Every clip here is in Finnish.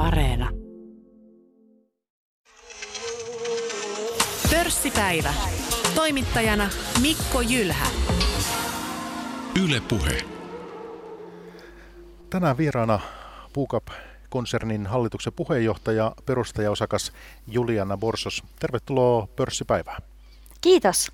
Areena. Pörssipäivä. Toimittajana Mikko Jylhä. Yle Puhe. Tänään vieraana Puukap-konsernin hallituksen puheenjohtaja, perustajaosakas Juliana Borsos. Tervetuloa Pörssipäivään. Kiitos.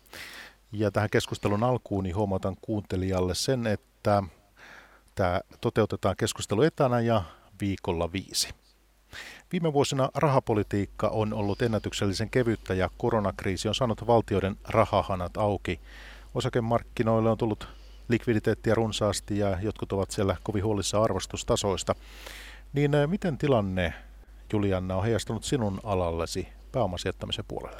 Ja tähän keskustelun alkuun niin huomautan kuuntelijalle sen, että tämä toteutetaan keskustelu etänä ja viikolla 5. Viime vuosina rahapolitiikka on ollut ennätyksellisen kevyttä ja koronakriisi on saanut valtioiden rahahanat auki. Osakemarkkinoille on tullut likviditeettiä runsaasti ja jotkut ovat siellä kovin huolissa arvostustasoista. Niin miten tilanne, Juliana, on heijastunut sinun alallesi pääomasijoittamisen puolelle?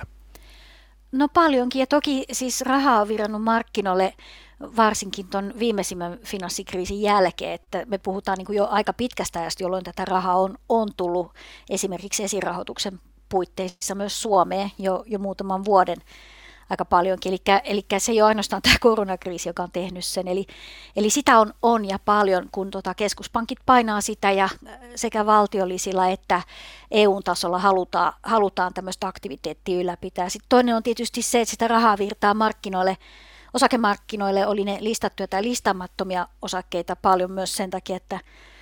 No paljonkin, ja toki siis rahaa on virannut markkinoille varsinkin tuon viimeisimmän finanssikriisin jälkeen, että me puhutaan niin kuin jo aika pitkästä ajasta, jolloin tätä rahaa on tullut esimerkiksi esirahoituksen puitteissa myös Suomeen jo muutaman vuoden aika paljonkin, eli se ei ole ainoastaan tämä koronakriisi, joka on tehnyt sen, eli sitä on ja paljon, kun keskuspankit painaa sitä ja sekä valtiollisilla että EU-tasolla halutaan tämmöistä aktiviteettia ylläpitää. Sitten toinen on tietysti se, että sitä rahaa virtaa markkinoille, osakemarkkinoille, oli ne listattuja tai listaamattomia osakkeita paljon myös sen takia, että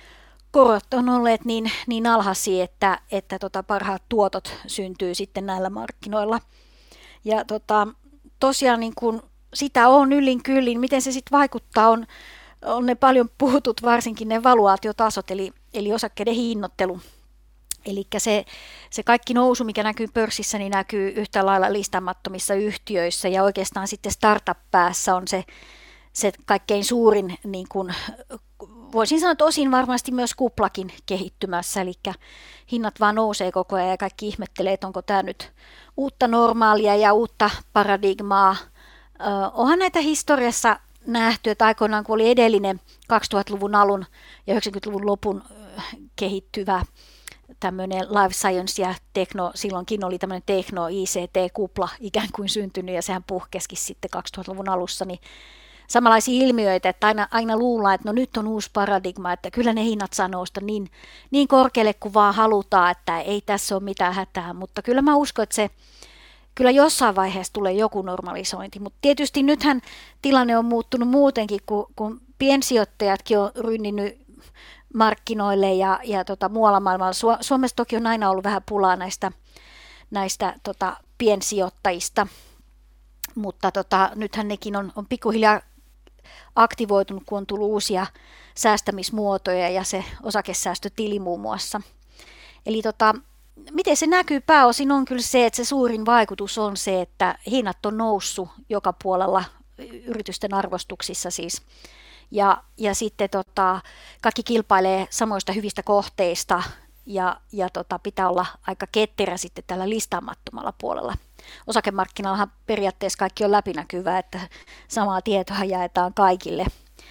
korot on olleet niin alhaisia, että parhaat tuotot syntyy sitten näillä markkinoilla. Ja tosiaan niin kun sitä on yllin kyllin, miten se sitten vaikuttaa, on ne paljon puhutut varsinkin ne valuaatiotasot, eli osakkeiden hinnoittelu. Eli se kaikki nousu, mikä näkyy pörssissä, niin näkyy yhtä lailla listaamattomissa yhtiöissä, ja oikeastaan sitten startup-päässä on se kaikkein suurin, niin kuin, voisin sanoa, että osin varmasti myös kuplakin kehittymässä, eli hinnat vaan nousee koko ajan ja kaikki ihmettelee, että onko tämä nyt uutta normaalia ja uutta paradigmaa. Onhan näitä historiassa nähty, että aikoinaan kun oli edellinen 2000-luvun alun ja 90-luvun lopun kehittyvä tämmöinen life science ja tekno, silloinkin oli tämmöinen tekno-ICT-kupla ikään kuin syntynyt ja sehän puhkesikin sitten 2000-luvun alussa, niin samanlaisia ilmiöitä, että aina luullaan, että no nyt on uusi paradigma, että kyllä ne hinnat saa nousta niin korkealle kuin vaan halutaan, että ei tässä ole mitään hätää, mutta kyllä mä uskon, että se kyllä jossain vaiheessa tulee joku normalisointi, mutta tietysti nythän tilanne on muuttunut muutenkin, kun piensijoittajatkin on rynninyt markkinoille ja muualla maailmalla. Suomessa toki on aina ollut vähän pulaa näistä piensijoittajista, mutta nythän nekin on pikkuhiljaa aktivoitunut, kun on tullut uusia säästämismuotoja ja se osakesäästötili muun muassa. Eli miten se näkyy pääosin on kyllä se, että se suurin vaikutus on se, että hinnat on noussut joka puolella yritysten arvostuksissa siis. Ja sitten kaikki kilpailee samoista hyvistä kohteista ja pitää olla aika ketterä sitten tällä listaamattomalla puolella. Osakemarkkinallahan periaatteessa kaikki on läpinäkyvää, että samaa tietoa jaetaan kaikille.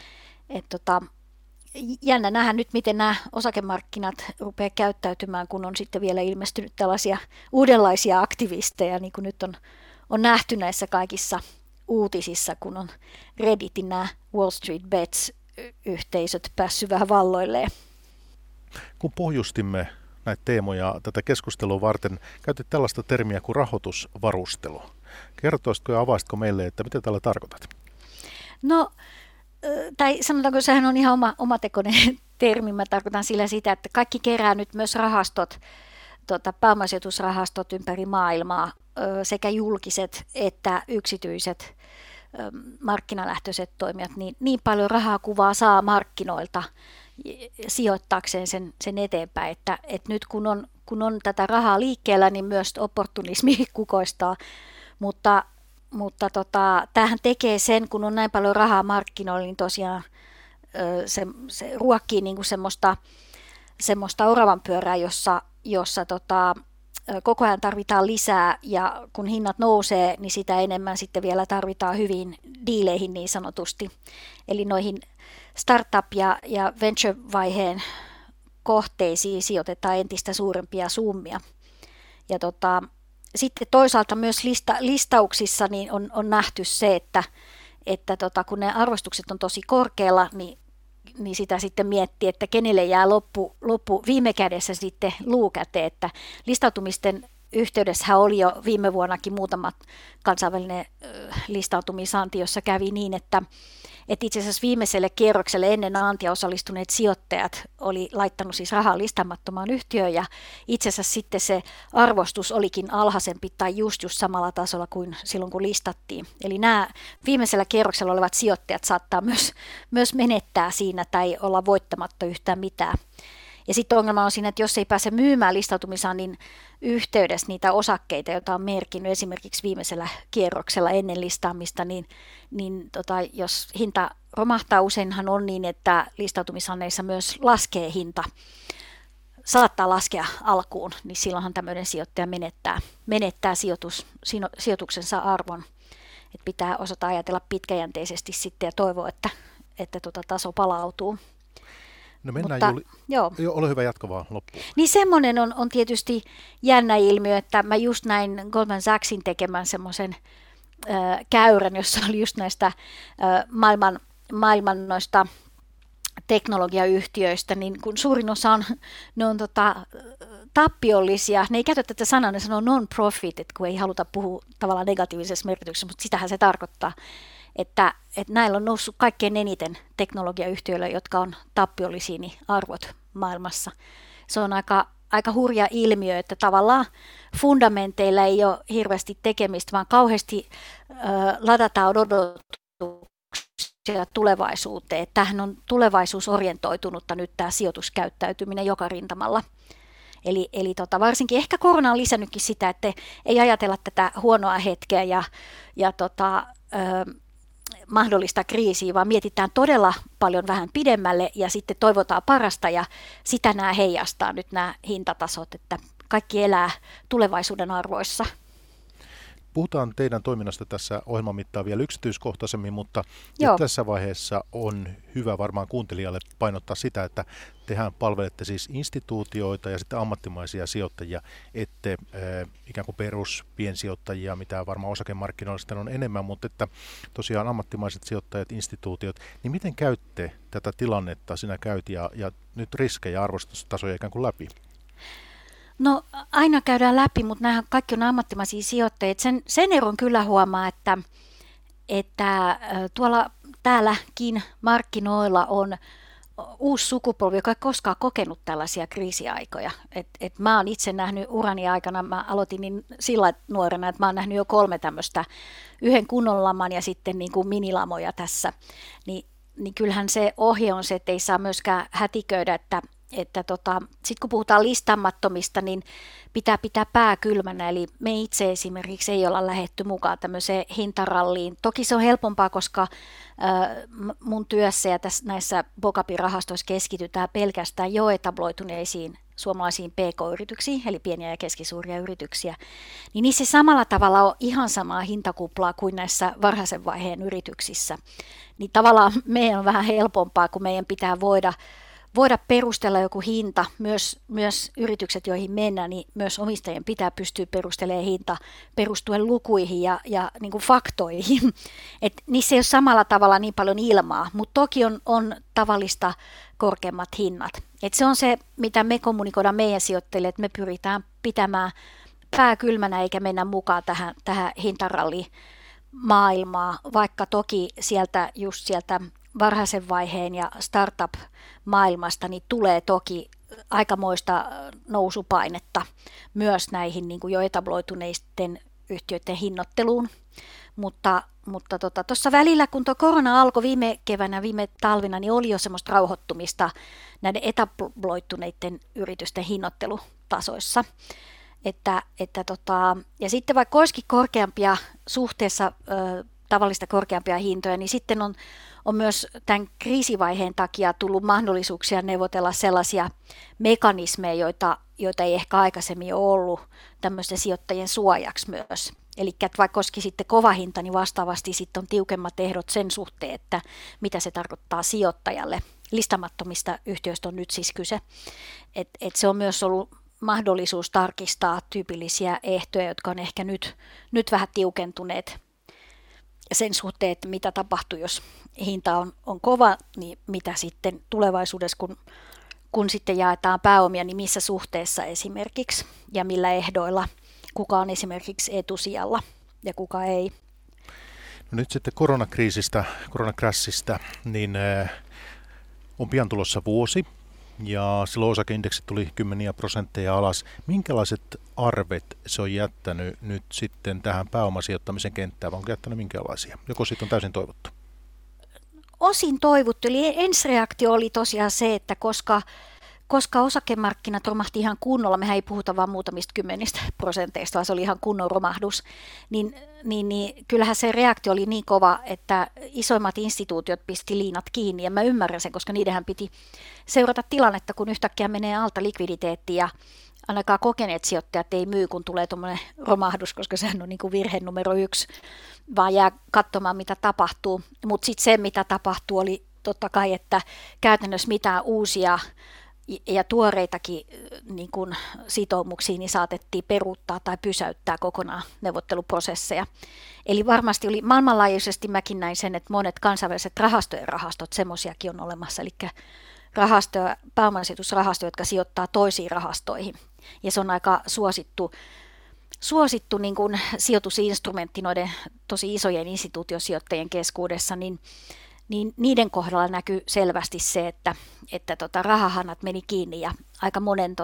Jännä nähdä nyt, miten nämä osakemarkkinat rupeaa käyttäytymään, kun on sitten vielä ilmestynyt tällaisia uudenlaisia aktivisteja, niin kuin nyt on nähty näissä kaikissa uutisissa, kun on Redditin nämä Wall Street Bets-yhteisöt päässyt vähän valloilleen. Kun pohjustimme näitä teemoja tätä keskustelua varten, käytit tällaista termiä kuin rahoitusvarustelu. Kertoisitko ja avaisitko meille, että mitä tällä tarkoitat? No, tai sanotaanko, sehän on ihan omatekoinen termi. Mä tarkoitan sillä sitä, että kaikki kerää nyt myös rahastot, pääomasijoitusrahastot ympäri maailmaa, sekä julkiset että yksityiset markkinalähtöiset toimijat, niin paljon rahaa kuvaa saa markkinoilta sijoittaakseen sen eteenpäin, että nyt kun on tätä rahaa liikkeellä, niin myös opportunismi kukoistaa, mutta tämähän tekee sen, kun on näin paljon rahaa markkinoilla, niin tosiaan se ruokkii niin kuin semmoista oravanpyörää, jossa koko ajan tarvitaan lisää, ja kun hinnat nousee, niin sitä enemmän sitten vielä tarvitaan hyviin diileihin niin sanotusti. Eli noihin startup- ja venture-vaiheen kohteisiin sijoitetaan entistä suurempia summia. Ja sitten toisaalta myös listauksissa niin on nähty se, että kun ne arvostukset on tosi korkealla, niin niin sitä sitten miettii, että kenelle jää loppu viime kädessä sitten luukäteen, että listautumisten yhteydessä oli jo viime vuonnakin muutama kansainvälinen listautumisanti, jossa kävi niin, että itse asiassa viimeiselle kierrokselle ennen antia osallistuneet sijoittajat oli laittanut siis rahaa listaamattomaan yhtiöön ja itse asiassa sitten se arvostus olikin alhaisempi tai just samalla tasolla kuin silloin kun listattiin. Eli nämä viimeisellä kierroksella olevat sijoittajat saattaa myös menettää siinä tai olla voittamatta yhtään mitään. Ja sitten ongelma on siinä, että jos ei pääse myymään listautumisannin yhteydessä niitä osakkeita, joita on merkinnyt esimerkiksi viimeisellä kierroksella ennen listaamista, niin jos hinta romahtaa, useinhan on niin, että listautumisanneissa myös laskee hinta, saattaa laskea alkuun, niin silloinhan tämmöinen sijoittaja menettää sijoituksensa arvon. Et pitää osata ajatella pitkäjänteisesti sitten ja toivoa, että taso palautuu. No mennään joo. Ole hyvä, jatka vaan loppuun. Niin semmoinen on tietysti jännä ilmiö, että mä just näin Goldman Sachsin tekemän semmoisen käyrän, jossa oli just näistä maailman noista teknologiayhtiöistä, niin kun suurin osa on tappiollisia, ne ei käytä tätä sanaa, ne sanoo non-profit, että kun ei haluta puhua tavallaan negatiivisessa merkityksessä, mutta sitähän se tarkoittaa. Että näillä on noussut kaikkein eniten teknologiayhtiöillä, jotka on tappiollisia, niin arvot maailmassa. Se on aika hurja ilmiö, että tavallaan fundamenteilla ei ole hirveästi tekemistä, vaan kauheasti ladataan odotuksia tulevaisuuteen. Tämähän on tulevaisuusorientoitunutta nyt tämä sijoituskäyttäytyminen joka rintamalla. Eli varsinkin ehkä korona on lisännytkin sitä, että ei ajatella tätä huonoa hetkeä ja mahdollista kriisiä, vaan mietitään todella paljon vähän pidemmälle ja sitten toivotaan parasta ja sitä nämä heijastaa nyt nämä hintatasot, että kaikki elää tulevaisuuden arvoissa. Puhutaan teidän toiminnasta tässä ohjelman mittaan vielä yksityiskohtaisemmin, mutta tässä vaiheessa on hyvä varmaan kuuntelijalle painottaa sitä, että tehän palvelette siis instituutioita ja sitten ammattimaisia sijoittajia, ette ikään kuin peruspiensijoittajia, mitä varmaan osakemarkkinoilla sitten on enemmän, mutta että tosiaan ammattimaiset sijoittajat, instituutiot, niin miten käytte tätä tilannetta, sinä käyt ja nyt riskejä ja arvostustasoja ikään kuin läpi? No aina käydään läpi, mutta nämä kaikki on ammattimaisia sijoittajia. Sen eron kyllä huomaa, että täälläkin markkinoilla on uusi sukupolvi, joka ei koskaan kokenut tällaisia kriisiaikoja. Et mä oon itse nähnyt urani aikana, mä aloitin niin sillä nuorena, että mä oon nähnyt jo 3 tämmöistä, yhden kunnon laman ja sitten niin kuin minilamoja tässä. Niin kyllähän se ohje on se, että ei saa myöskään hätiköidä, että sitten kun puhutaan listaamattomista, niin pitää pää kylmänä, eli me itse esimerkiksi ei olla lähdetty mukaan tämmöiseen hintaralliin. Toki se on helpompaa, koska mun työssä ja näissä BOGAPI-rahastoissa keskitytään pelkästään jo etabloituneisiin suomalaisiin PK-yrityksiin, eli pieniä ja keskisuuria yrityksiä, niin niissä samalla tavalla on ihan samaa hintakuplaa kuin näissä varhaisen vaiheen yrityksissä. Niin tavallaan meidän on vähän helpompaa, kun meidän pitää voida perustella joku hinta, myös yritykset, joihin mennään, niin myös omistajien pitää pystyä perustelemaan hinta perustuen lukuihin ja niin kuin faktoihin. Et niissä ei ole samalla tavalla niin paljon ilmaa, mutta toki on tavallista korkeammat hinnat. Et se on se, mitä me kommunikoidaan meidän sijoittajille, että me pyritään pitämään pää kylmänä eikä mennä mukaan tähän hintarallimaailmaan, vaikka toki sieltä varhaisen vaiheen ja startup-maailmasta niin tulee toki aikamoista nousupainetta myös näihin niin kuin jo etabloituneisten yhtiöiden hinnoitteluun. Mutta tuossa välillä, kun tuo korona alkoi viime keväänä, viime talvina, niin oli jo semmoista rauhoittumista näiden etabloituneiden yritysten hinnoittelutasoissa. Ja sitten vaikka olisikin korkeampia suhteessa tavallista korkeampia hintoja, niin sitten on myös tämän kriisivaiheen takia tullut mahdollisuuksia neuvotella sellaisia mekanismeja, joita ei ehkä aikaisemmin ole ollut tämmöisten sijoittajien suojaksi myös. Eli vaikka olisikin sitten kova hinta, niin vastaavasti sitten on tiukemmat ehdot sen suhteen, että mitä se tarkoittaa sijoittajalle. Listamattomista yhtiöistä on nyt siis kyse. Et se on myös ollut mahdollisuus tarkistaa tyypillisiä ehtoja, jotka on ehkä nyt vähän tiukentuneet. sen suhteen, että mitä tapahtuu, jos hinta on kova, niin mitä sitten tulevaisuudessa, kun sitten jaetaan pääomia, niin missä suhteessa esimerkiksi ja millä ehdoilla, kuka on esimerkiksi etusijalla ja kuka ei. No nyt sitten koronakrässistä, niin on pian tulossa vuosi ja silloin osakeindeksi tuli 10% alas. Minkälaiset arvet se on jättänyt nyt sitten tähän pääomasijoittamisen kenttään, vai onko jättänyt minkälaisia? Joko siitä on täysin toivottu? Osin toivottu, eli ensireaktio oli tosiaan se, että koska osakemarkkinat romahti ihan kunnolla, mehän ei puhuta vain muutamista 10%, vaan se oli ihan kunnon romahdus, niin kyllähän se reaktio oli niin kova, että isoimmat instituutiot pisti liinat kiinni, ja mä ymmärrän sen, koska niidenhän piti seurata tilannetta, kun yhtäkkiä menee alta likviditeetti, ja ainakaan kokeneet sijoittajat ei myy, kun tulee tuommoinen romahdus, koska sehän on niin kuin virhe numero 1, vaan jää katsomaan, mitä tapahtuu. Mutta sitten se, mitä tapahtuu, oli totta kai, että käytännössä mitään uusia ja tuoreitakin niin kuin sitoumuksia niin saatettiin peruuttaa tai pysäyttää kokonaan neuvotteluprosesseja. Eli varmasti oli maailmanlaajuisesti, mäkin näin sen, että monet kansainväliset rahastojen rahastot, semmoisiakin on olemassa, eli pääomasijoitusrahastoja, jotka sijoittaa toisiin rahastoihin. Ja se on aika suosittu niin kuin sijoitusinstrumentti noiden tosi isojen instituutiosijoittajien keskuudessa, niin niiden kohdalla näkyy selvästi se, että rahahanat meni kiinni ja aika monen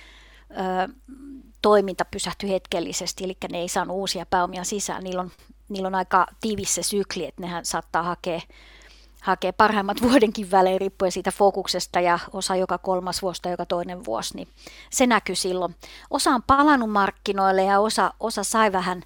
toiminta pysähtyi hetkellisesti, eli ne ei saanut uusia pääomia sisään. Niillä on aika tiivis se sykli, että nehän saattaa hakea parhaimmat vuodenkin välein riippuen siitä fokuksesta ja osa joka 3. vuosi tai joka 2. vuosi, niin se näkyy silloin. Osa on palannut markkinoille ja osa sai vähän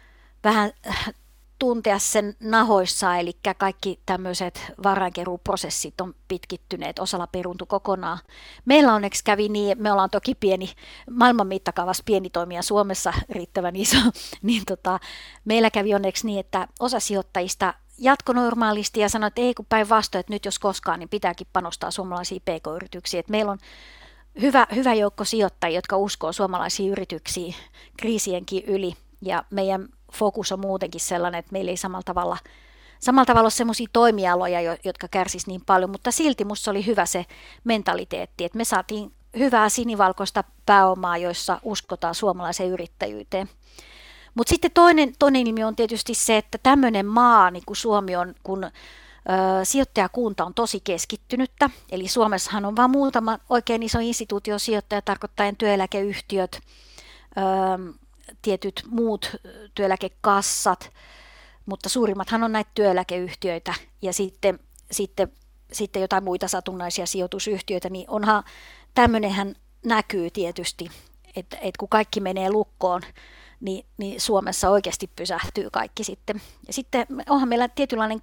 tuntea sen nahoissaan, eli kaikki tämmöiset varainkeruuprosessit on pitkittyneet, osalla peruuntui kokonaan. Meillä onneksi kävi niin, me ollaan toki maailman mittakaavassa pieni toimija Suomessa riittävän iso, niin meillä kävi onneksi niin, että osa sijoittajista jatko normaalisti ja sanoi, että ei kun päinvastoin, että nyt jos koskaan, niin pitääkin panostaa suomalaisiin pk-yrityksiin. Että meillä on hyvä joukko sijoittajia, jotka uskoo suomalaisiin yrityksiin kriisienkin yli, ja meidän fokus on muutenkin sellainen, että meillä ei samalla tavalla ole sellaisia toimialoja, jotka kärsisivät niin paljon, mutta silti minusta oli hyvä se mentaliteetti, että me saatiin hyvää sinivalkoista pääomaa, joissa uskotaan suomalaiseen yrittäjyyteen. Mutta sitten toinen ilmiö on tietysti se, että tämmöinen maa, niin kuin Suomi on, kun sijoittajakunta on tosi keskittynyttä, eli Suomessahan on vain muutama oikein iso instituutiosijoittaja, tarkoittaen työeläkeyhtiöt, tietyt muut työeläkekassat, mutta suurimmathan on näitä työeläkeyhtiöitä ja sitten jotain muita satunnaisia sijoitusyhtiöitä, niin onhan tämmöinenhän näkyy tietysti, että kun kaikki menee lukkoon, niin Suomessa oikeasti pysähtyy kaikki sitten. Ja sitten onhan meillä tietynlainen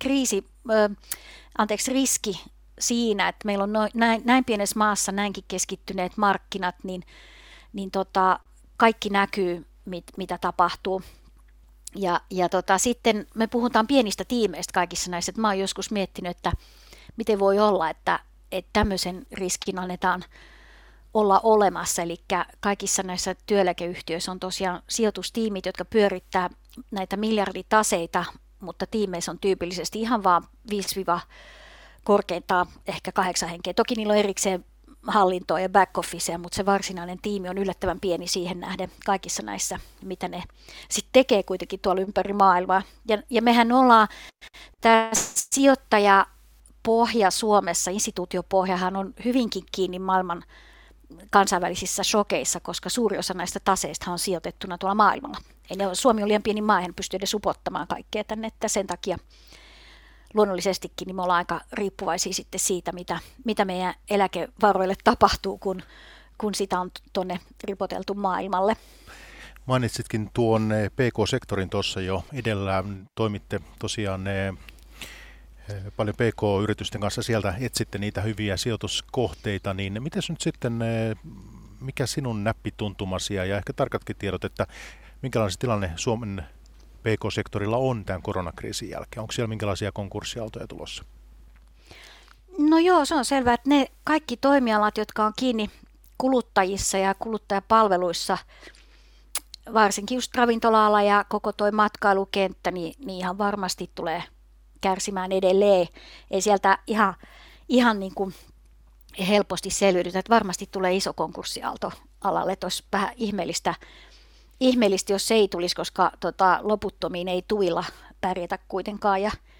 riski siinä, että meillä on näin pienessä maassa näinkin keskittyneet markkinat, niin kaikki näkyy, mitä tapahtuu. Ja sitten me puhutaan pienistä tiimeistä kaikissa näissä. Mä oon joskus miettinyt, että miten voi olla, että tämmöisen riskin annetaan olla olemassa. Eli kaikissa näissä työeläkeyhtiöissä on tosiaan sijoitustiimit, jotka pyörittää näitä miljarditaseita, mutta tiimeissä on tyypillisesti ihan vaan 5- korkeintaan ehkä 8 henkeä. Toki niillä on erikseen hallintoa ja back officea, mutta se varsinainen tiimi on yllättävän pieni siihen nähden kaikissa näissä, mitä ne sitten tekee kuitenkin tuolla ympäri maailmaa. Ja mehän ollaan, tämä sijoittajapohja Suomessa, instituutiopohjahan on hyvinkin kiinni maailman kansainvälisissä shokeissa, koska suuri osa näistä taseista on sijoitettuna tuolla maailmalla. Suomi on liian pieni maa, en pysty edes upottamaan kaikkea tänne, että sen takia luonnollisestikin niin me ollaan aika riippuvaisia sitten siitä, mitä meidän eläkevaroille tapahtuu, kun sitä on tuonne ripoteltu maailmalle. Mainitsitkin tuon PK-sektorin tuossa jo edellä. Toimitte tosiaan paljon PK-yritysten kanssa, sieltä etsitte niitä hyviä sijoituskohteita, niin miten nyt sitten, mikä sinun näppituntumasi ja ehkä tarkatkin tiedot, että minkälainen tilanne Suomen PK-sektorilla on tämän koronakriisin jälkeen? Onko siellä minkälaisia konkurssiaaltoja tulossa? No joo, se on selvää, että ne kaikki toimialat, jotka on kiinni kuluttajissa ja kuluttajapalveluissa, varsinkin just ravintola-ala ja koko toi matkailukenttä, niin ihan varmasti tulee kärsimään edelleen. Ei sieltä ihan niin kuin helposti selviydytä, että varmasti tulee iso konkurssiaalto alalle. Että olisi vähän ihmeellistä, jos se ei tulisi, koska loputtomiin ei tuilla pärjätä kuitenkaan.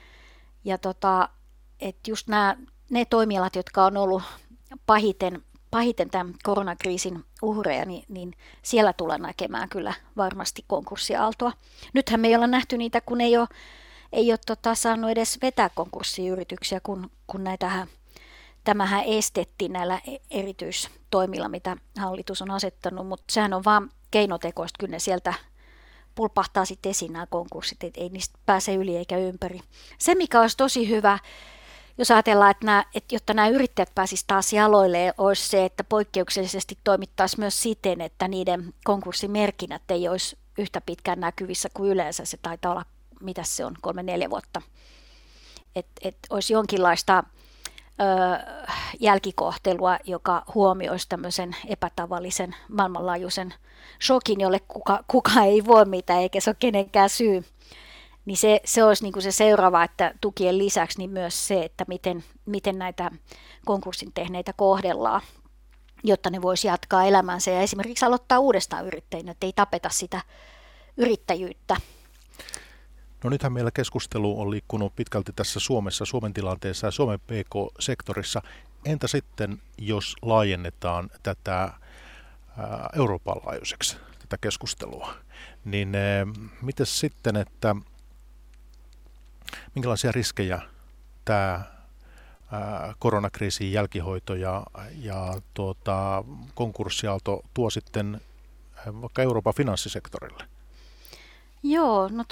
Että just ne toimialat, jotka on ollut pahiten tämän koronakriisin uhreja, niin siellä tullaan näkemään kyllä varmasti konkurssiaaltoa. Nythän me ei olla nähty niitä, kun ei ole saanut edes vetää konkurssiyrityksiä, kun tämähän estettiin näillä erityistoimilla, mitä hallitus on asettanut, mutta sehän on vaan keinotekoista, kyllä ne sieltä pulpahtaa sitten esiin nämä konkurssit, että ei niistä pääse yli eikä ympäri. Se, mikä olisi tosi hyvä, jos ajatellaan, että jotta nämä yrittäjät pääsisivät taas jaloille, olisi se, että poikkeuksellisesti toimittaisiin myös siten, että niiden konkurssimerkinnät ei olisi yhtä pitkään näkyvissä kuin yleensä. Se taitaa olla, mitä se on, 3-4 vuotta. Että olisi jonkinlaista jälkikohtelua, joka huomioisi tämmöisen epätavallisen maailmanlaajuisen shokin, jolle kuka ei voi mitään eikä se ole kenenkään syy. Niin se olisi niin kuin se seuraava, että tukien lisäksi niin myös se, että miten näitä konkurssin tehneitä kohdellaan, jotta ne voisi jatkaa elämänsä ja esimerkiksi aloittaa uudestaan yrittäjinä, että ei tapeta sitä yrittäjyyttä. No nythän meillä keskustelu on liikkunut pitkälti tässä Suomen tilanteessa ja Suomen PK-sektorissa. Entä sitten, jos laajennetaan tätä Euroopan laajuiseksi, tätä keskustelua, niin miten sitten, että minkälaisia riskejä tämä koronakriisin jälkihoito ja konkurssiaalto tuo sitten vaikka Euroopan finanssisektorille? Joo, no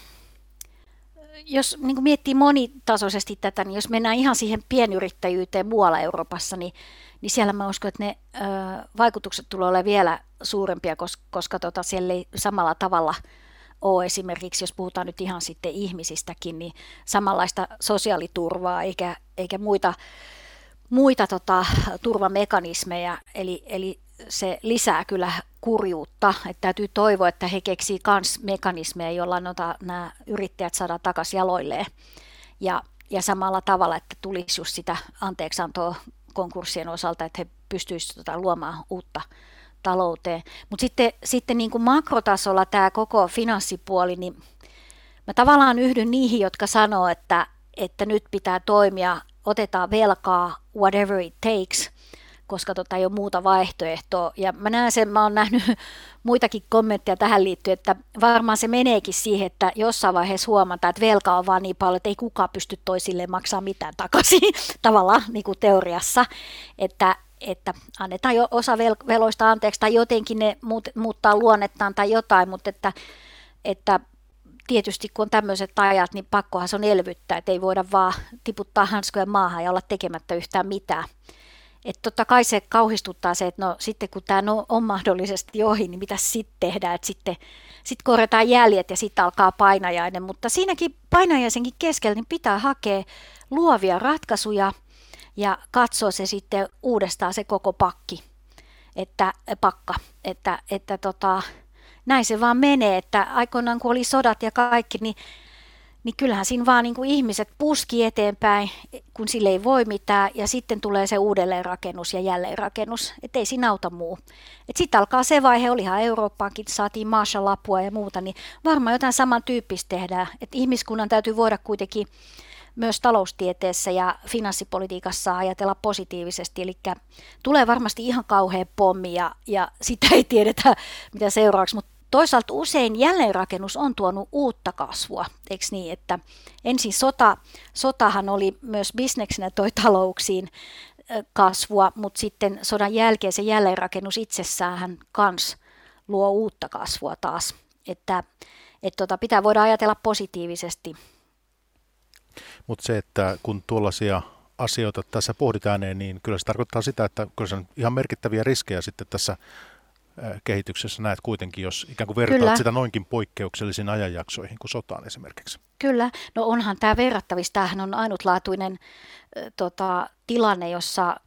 jos niin kuin miettii monitasoisesti tätä, niin jos mennään ihan siihen pienyrittäjyyteen muualla Euroopassa, niin siellä mä uskon, että ne vaikutukset tulee olemaan vielä suurempia, koska siellä ei samalla tavalla ole esimerkiksi, jos puhutaan nyt ihan sitten ihmisistäkin, niin samanlaista sosiaaliturvaa eikä muita turvamekanismeja, eli se lisää kyllä kurjuutta, että täytyy toivoa, että he keksii myös mekanismeja, joilla nämä yrittäjät saadaan takaisin jaloilleen ja samalla tavalla, että tulisi just sitä anteeksiantoa konkurssien osalta, että he pystyisivät luomaan uutta talouteen. Mutta sitten niin kuin makrotasolla tämä koko finanssipuoli, niin mä tavallaan yhdyn niihin, jotka sanoo, että nyt pitää toimia, otetaan velkaa, whatever it takes, koska ei ole muuta vaihtoehtoa. Ja mä oon nähnyt muitakin kommentteja tähän liittyen, että varmaan se meneekin siihen, että jossain vaiheessa huomataan, että velkaa on vaan niin paljon, että ei kukaan pysty toisilleen maksaa mitään takaisin tavallaan niin kuin teoriassa, että annetaan jo osa veloista anteeksi tai jotenkin ne muuttaa luonnettaan tai jotain, mutta että tietysti kun on tämmöiset ajat, niin pakkohan se on elvyttää, että ei voida vaan tiputtaa hanskoja maahan ja olla tekemättä yhtään mitään. Että totta kai se kauhistuttaa se, että no sitten kun tämä on mahdollisesti ohi, niin mitä sitten tehdään, että sitten korjataan jäljet ja sitten alkaa painajainen, mutta siinäkin painajaisenkin keskellä niin pitää hakea luovia ratkaisuja ja katsoa se sitten uudestaan se koko että näin se vaan menee, että aikoinaan kun oli sodat ja kaikki, niin kyllähän siinä vaan niin kuin ihmiset puski eteenpäin, kun sille ei voi mitään, ja sitten tulee se uudelleenrakennus ja jälleenrakennus, että ei siinä auta muu. Sitten alkaa se vaihe, olihan Eurooppaankin, saatiin Marshall-apua ja muuta, niin varmaan jotain samantyyppistä tehdään, että ihmiskunnan täytyy voida kuitenkin myös taloustieteessä ja finanssipolitiikassa ajatella positiivisesti, eli tulee varmasti ihan kauhea pommi ja sitä ei tiedetä mitä seuraavaksi, mutta toisaalta usein jälleenrakennus on tuonut uutta kasvua, eikö niin, että ensin sotahan oli myös bisneksenä toi talouksiin kasvua, mutta sitten sodan jälkeen se jälleenrakennus itsessään kans luo uutta kasvua taas, että pitää voida ajatella positiivisesti. Mutta se, että kun tuollaisia asioita tässä pohditaan, niin kyllä se tarkoittaa sitä, että kyllä se on ihan merkittäviä riskejä sitten tässä kehityksessä näet kuitenkin, jos ikään kuin vertaat kyllä sitä noinkin poikkeuksellisiin ajanjaksoihin kuin sotaan esimerkiksi. Kyllä, no onhan tämä verrattavissa. Tämähän on ainutlaatuinen tilanne, jossa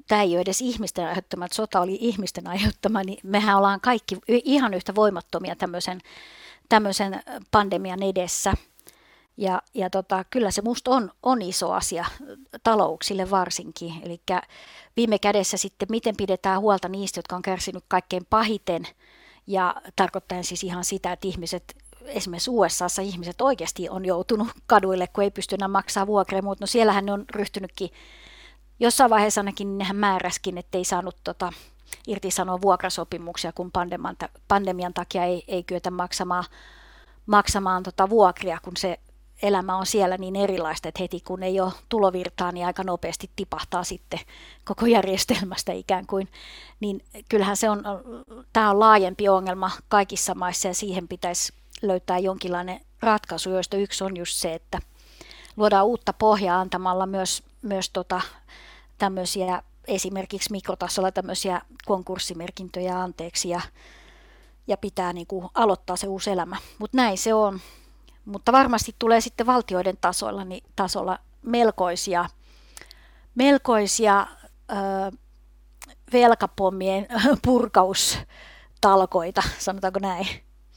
tämä ei ole edes ihmisten aiheuttama, että sota oli ihmisten aiheuttama, niin mehän ollaan kaikki ihan yhtä voimattomia tämmöisen pandemian edessä. Ja kyllä se musta on iso asia talouksille varsinkin. Eli viime kädessä sitten, miten pidetään huolta niistä, jotka on kärsinyt kaikkein pahiten. Ja tarkoittaen siis ihan sitä, että esimerkiksi USAssa ihmiset oikeasti on joutunut kaduille, kun ei pysty enää maksaa vuokria. Mutta no siellähän ne on ryhtynytkin, jossain vaiheessa ainakin nehän määräskin, että ei saanut irtisanoa vuokrasopimuksia, kun pandemian takia ei kyetä maksamaan vuokria, kun se elämä on siellä niin erilaista, että heti kun ei ole tulovirtaa, niin aika nopeasti tipahtaa sitten koko järjestelmästä ikään kuin. Niin kyllähän tämä on laajempi ongelma kaikissa maissa ja siihen pitäisi löytää jonkinlainen ratkaisu, joista yksi on just se, että luodaan uutta pohjaa antamalla myös tämmöisiä esimerkiksi mikrotasolla tämmöisiä konkurssimerkintöjä anteeksi ja pitää niin kuin aloittaa se uusi elämä. Mutta näin se on. Mutta varmasti tulee sitten valtioiden tasolla melkoisia velkapommien purkaustalkoita, sanotaanko näin.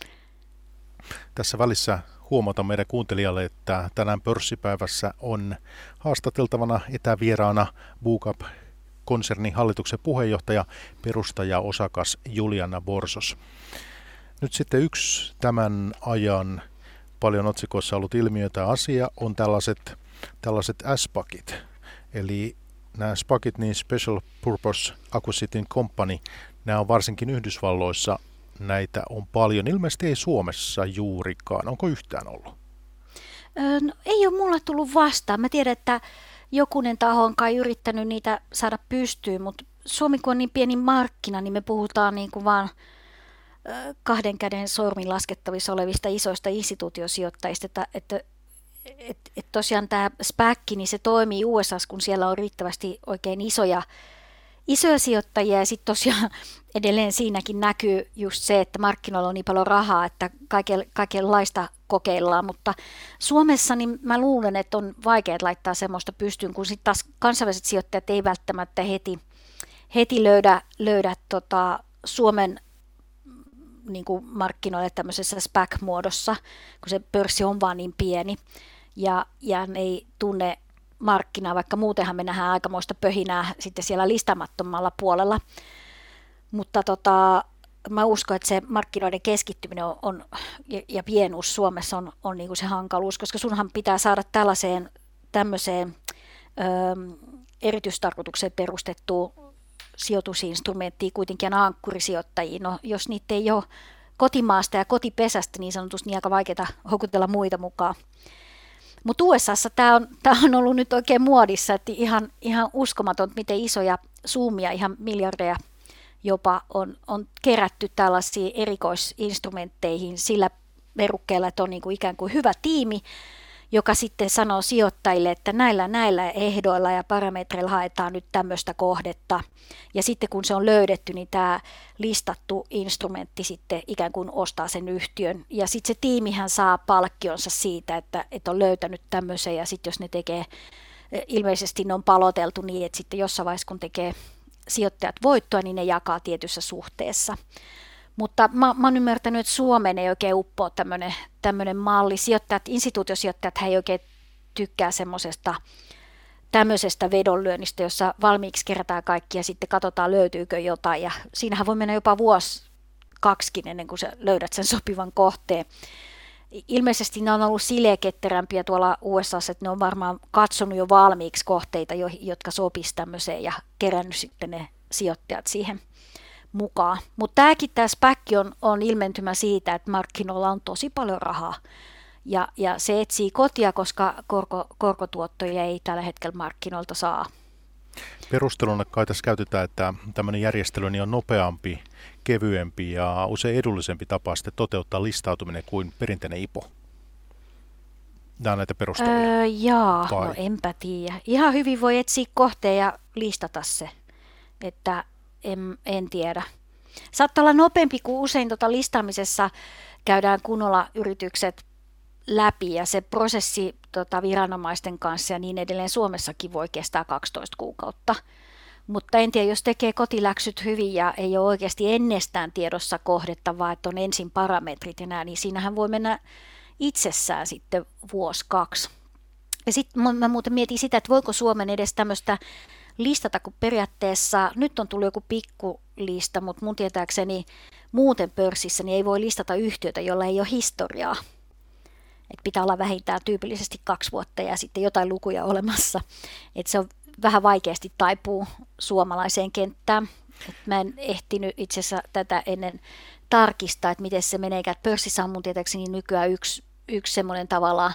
Tässä välissä huomata meidän kuuntelijalle, että tänään pörssipäivässä on haastateltavana etävieraana Bukab-konsernin hallituksen puheenjohtaja, perustaja, osakas Juliana Borsos. Nyt sitten yksi tämän ajan paljon otsikoissa ollut ilmiö tai asia on tällaiset SPACit. Eli nämä SPACit, niin Special Purpose Acquisition Company, nämä on varsinkin Yhdysvalloissa, näitä on paljon. Ilmeisesti ei Suomessa juurikaan. Onko yhtään ollut? No, ei ole mulla tullut vastaan. Mä tiedän, että jokunen taho on kai yrittänyt niitä saada pystyyn, mutta Suomi kun on niin pieni markkina, niin me puhutaan niin kuin vaan kahden käden sormin laskettavissa olevista isoista instituutiosijoittajista, että tosiaan tämä SPAC, niin se toimii USA:ssa, kun siellä on riittävästi oikein isoja sijoittajia ja sitten tosiaan edelleen siinäkin näkyy just se, että markkinoilla on niin paljon rahaa, että kaikenlaista kokeillaan, mutta Suomessa niin mä luulen, että on vaikea laittaa semmoista pystyyn, kun sitten taas kansainväliset sijoittajat ei välttämättä heti löydä Suomen niin kuin markkinoille tämmöisessä SPAC-muodossa, kun se pörssi on vaan niin pieni ja ne ei tunne markkinaa, vaikka muutenhan me nähdään aikamoista pöhinää sitten siellä listamattomalla puolella. Mutta mä uskon, että se markkinoiden keskittyminen ja pienuus Suomessa on niin kuin se hankaluus, koska sunhan pitää saada tämmöiseen erityistarkoitukseen perustettuun sijoitusinstrumenttiin kuitenkin ankkurisijoittajia. No, jos niitä ei ole kotimaasta ja kotipesästä niin sanotusti, niin aika vaikeaa houkutella muita mukaan. Mutta USAssa tämä on ollut nyt oikein muodissa, että ihan uskomaton, miten isoja summia, ihan miljardeja jopa on kerätty tällaisiin erikoisinstrumentteihin sillä verukkeella, että on niinku ikään kuin hyvä tiimi, joka sitten sanoo sijoittajille, että näillä ehdoilla ja parametreilla haetaan nyt tämmöistä kohdetta. Ja sitten kun se on löydetty, niin tämä listattu instrumentti sitten ikään kuin ostaa sen yhtiön. Ja sitten se tiimihän saa palkkionsa siitä, että on löytänyt tämmöisen. Ja sitten jos ne tekee, ilmeisesti ne on paloteltu niin, että sitten jossain vaiheessa kun tekee sijoittajat voittoa, niin ne jakaa tietyssä suhteessa. Mutta mä oon ymmärtänyt, että Suomeen ei oikein uppoa tämmöinen malli. Instituutiosijoittajat ei oikein tykkää tämmöisestä vedonlyönnistä, jossa valmiiksi kerätään kaikki ja sitten katsotaan löytyykö jotain. Ja siinähän voi mennä jopa vuosi, 2 ennen kuin sä löydät sen sopivan kohteen. Ilmeisesti ne on ollut ketterämpiä tuolla USAssa, että ne on varmaan katsonut jo valmiiksi kohteita, jotka sopisi tämmöiseen ja kerännyt sitten ne sijoittajat siihen mukaan. Mutta tämä SPAC on ilmentymä siitä, että markkinoilla on tosi paljon rahaa ja se etsii kotia, koska korkotuottoja ei tällä hetkellä markkinoilta saa. Perusteluna kai tässä käytetään, että tämmöinen järjestely niin on nopeampi, kevyempi ja usein edullisempi tapa sitten toteuttaa listautuminen kuin perinteinen IPO. Nämä on näitä perusteluja. No enpä tiedä. Ihan hyvin voi etsiä kohteen ja listata se, että en tiedä. Saattaa olla nopeampi, kuin usein listaamisessa käydään kunnolla yritykset läpi ja se prosessi viranomaisten kanssa ja niin edelleen Suomessakin voi kestää 12 kuukautta. Mutta en tiedä, jos tekee kotiläksyt hyvin ja ei ole oikeasti ennestään tiedossa kohdetta, vaan että on ensin parametrit ja nää, niin siinähän voi mennä itsessään sitten vuosi, 2. Ja sitten mä muuten mietin sitä, että voiko Suomen edes tämmöistä listata, kun periaatteessa nyt on tullut joku pikkulista, mutta mun tietääkseni muuten pörssissä niin ei voi listata yhtiötä, jolla ei ole historiaa. Et pitää olla vähintään tyypillisesti 2 vuotta ja sitten jotain lukuja olemassa. Et se on vähän vaikeasti taipuu suomalaiseen kenttään. Et mä en ehtinyt itse asiassa tätä ennen tarkistaa, että miten se menee. Pörssissä on mun tietääkseni nykyään yksi semmoinen tavallaan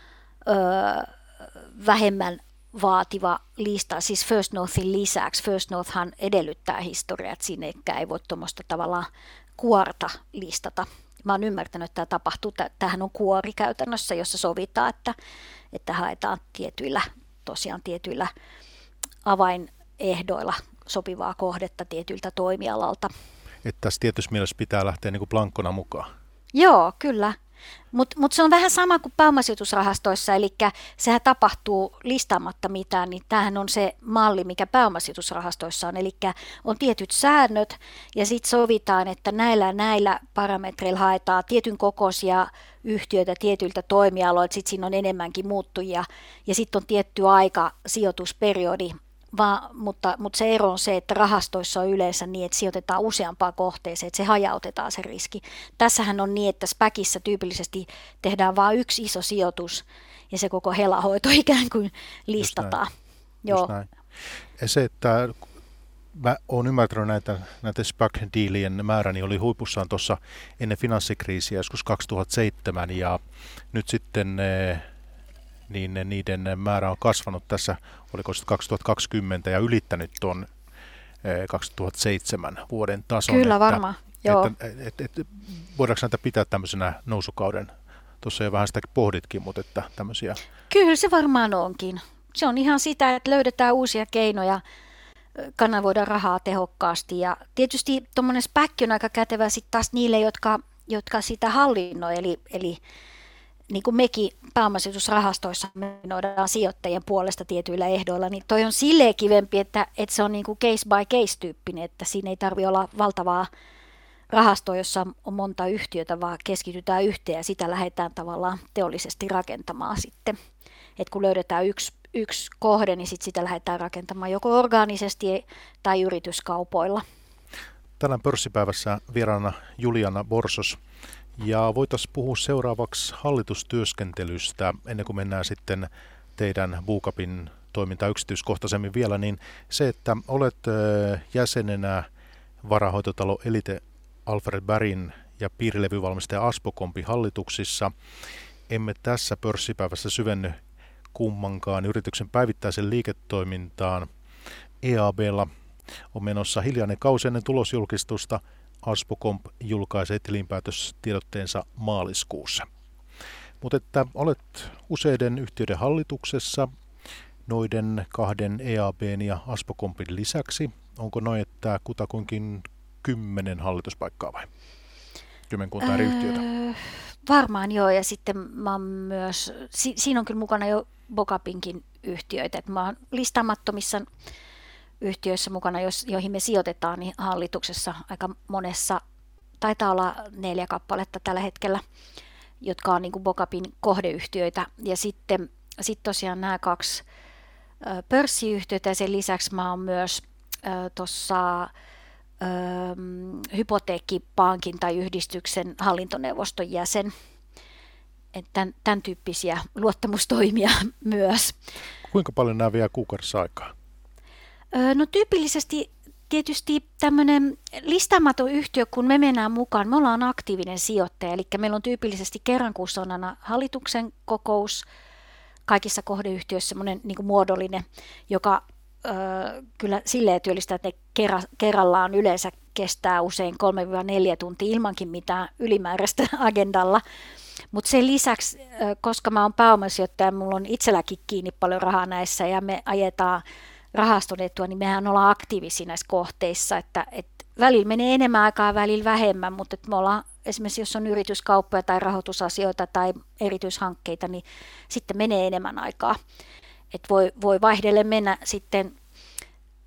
vähemmän vaativa lista, siis First Northin lisäksi. First Northhan edellyttää historiaa, että sinnekään ei voi tuommoista tavallaan kuorta listata. Mä oon ymmärtänyt, että tämä tapahtuu. Tämähän on kuori käytännössä, jossa sovitaan, että haetaan tietyillä avainehdoilla sopivaa kohdetta tietyltä toimialalta. Että tässä tietyssä mielessä pitää lähteä niin kuin blankkona mukaan. Joo, kyllä. Mutta se on vähän sama kuin pääomasijoitusrahastoissa, eli sehän tapahtuu listaamatta mitään, niin tämähän on se malli, mikä pääomasijoitusrahastoissa on, eli on tietyt säännöt ja sitten sovitaan, että näillä parametreilla haetaan tietyn kokoisia yhtiöitä tietyiltä toimialoilta, sitten siinä on enemmänkin muuttujia ja sitten on tietty aika sijoitusperiodi. Mutta se ero on se, että rahastoissa on yleensä niin, että sijoitetaan useampaan kohteeseen, että se hajautetaan se riski. Tässähän on niin, että SPACissa tyypillisesti tehdään vain yksi iso sijoitus ja se koko helahoito ikään kuin listataan. Just näin. Ja se, että mä oon ymmärtänyt näitä SPAC-diilien määrä, niin oli huipussaan tuossa ennen finanssikriisiä joskus 2007 ja nyt sitten niin niiden määrä on kasvanut tässä, oliko se 2020 ja ylittänyt tuon 2007 vuoden tason. Kyllä varmaan, joo. Voidaanko näitä pitää tämmöisenä nousukauden? Tuossa jo vähän sitä pohditkin, mutta että tämmöisiä. Kyllä se varmaan onkin. Se on ihan sitä, että löydetään uusia keinoja kanavoida rahaa tehokkaasti ja tietysti tuommoinen SPAC on aika kätevä sitten taas niille, jotka sitä hallinnoi, eli niin kuin mekin pääomasijoitusrahastoissa menoidaan sijoittajien puolesta tietyillä ehdoilla, niin toi on silleen kivempi, että se on niin kuin case by case tyyppinen, että siinä ei tarvitse olla valtavaa rahastoa, jossa on monta yhtiötä, vaan keskitytään yhteen ja sitä lähdetään tavallaan teollisesti rakentamaan sitten. Et kun löydetään yksi kohde, niin sitä lähdetään rakentamaan joko orgaanisesti tai yrityskaupoilla. Tänään pörssipäivässä vieraana Juliana Borsos. Ja voitaisiin puhua seuraavaksi hallitustyöskentelystä, ennen kuin mennään sitten teidän Bookupin toimintaan yksityiskohtaisemmin vielä, niin se, että olet jäsenenä varahoitotalo Elite Alfred Bergin ja piirilevyvalmistaja Aspocompin hallituksissa. Emme tässä pörssipäivässä syvenny kummankaan yrityksen päivittäisen liiketoimintaan. EAB:lla on menossa hiljainen kausi ennen tulosjulkistusta. Aspocomp julkaisee tilinpäätöstiedotteensa maaliskuussa. Mutta että olet useiden yhtiöiden hallituksessa noiden 2 EAB:n ja Aspocompin lisäksi. Onko noin, että kutakuinkin 10 hallituspaikkaa vai? 10 eri yhtiötä? Varmaan joo, ja sitten mä oon myös, siinä on kyllä mukana jo Bookupinkin yhtiöitä, että mä oon listaamattomissa yhtiöissä mukana, joihin me sijoitetaan, niin hallituksessa aika monessa, taitaa olla 4 kappaletta tällä hetkellä, jotka on niin kuin Bookupin kohdeyhtiöitä. Ja sitten tosiaan nämä 2 pörssiyhtiötä ja sen lisäksi mä oon myös tuossa hypoteekkipankin tai yhdistyksen hallintoneuvoston jäsen. Tämän tyyppisiä luottamustoimia myös. Kuinka paljon nämä vie kuukaudessa aikaa? No tyypillisesti tietysti tämmöinen listaamaton yhtiö, kun me mennään mukaan, me ollaan aktiivinen sijoittaja, eli meillä on tyypillisesti kerran kuussa on aina hallituksen kokous, kaikissa kohdeyhtiöissä semmoinen niin kuin muodollinen, joka kyllä silleen työllistää, että ne kerrallaan yleensä kestää usein 3-4 tuntia ilmankin mitään ylimääräistä agendalla. Mutta sen lisäksi, koska mä oon pääomasijoittaja, mulla on itselläkin kiinni paljon rahaa näissä ja me ajetaan rahaston etua, niin mehän ollaan aktiivisia näissä kohteissa, että välillä menee enemmän aikaa, välillä vähemmän, mutta me ollaan esimerkiksi, jos on yrityskauppoja tai rahoitusasioita tai erityishankkeita, niin sitten menee enemmän aikaa. Että voi vaihdellen mennä sitten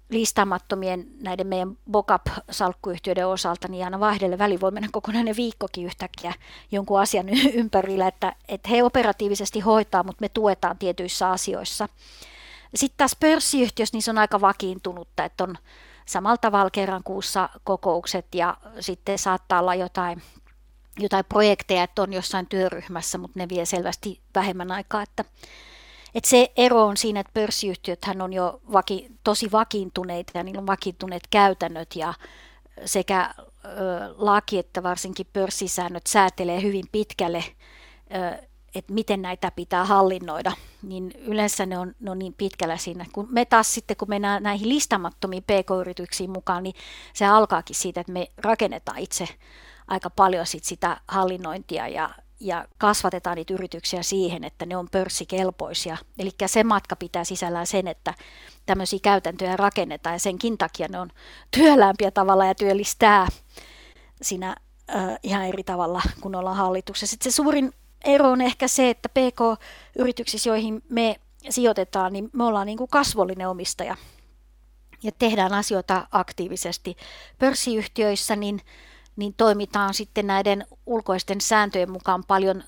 listaamattomien näiden meidän backup-salkkuyhtiöiden osalta, niin aina vaihdelle väliin voi mennä kokonainen viikkokin yhtäkkiä jonkun asian ympärillä, että he operatiivisesti hoitaa, mutta me tuetaan tietyissä asioissa. Sitten taas pörssiyhtiössä niin se on aika vakiintunutta, että on samalla tavalla kerran kuussa kokoukset ja sitten saattaa olla jotain projekteja, että on jossain työryhmässä, mutta ne vie selvästi vähemmän aikaa, että se ero on siinä, että pörssiyhtiöthän on jo tosi vakiintuneita ja niillä on vakiintuneet käytännöt ja sekä laki että varsinkin pörssisäännöt säätelee hyvin pitkälle, että miten näitä pitää hallinnoida, niin yleensä ne on niin pitkällä siinä. Kun me taas sitten, kun mennään näihin listaamattomiin pk-yrityksiin mukaan, niin se alkaakin siitä, että me rakennetaan itse aika paljon sitä hallinnointia ja kasvatetaan niitä yrityksiä siihen, että ne on pörssikelpoisia. Eli se matka pitää sisällään sen, että tämmöisiä käytäntöjä rakennetaan ja senkin takia ne on työläämpiä tavalla ja työllistää siinä ihan eri tavalla, kun ollaan hallituksessa. Sitten se suurin ero on ehkä se, että PK-yrityksissä, joihin me sijoitetaan, niin me ollaan niin kuin kasvollinen omistaja ja tehdään asioita aktiivisesti. Pörssiyhtiöissä niin toimitaan sitten näiden ulkoisten sääntöjen mukaan paljon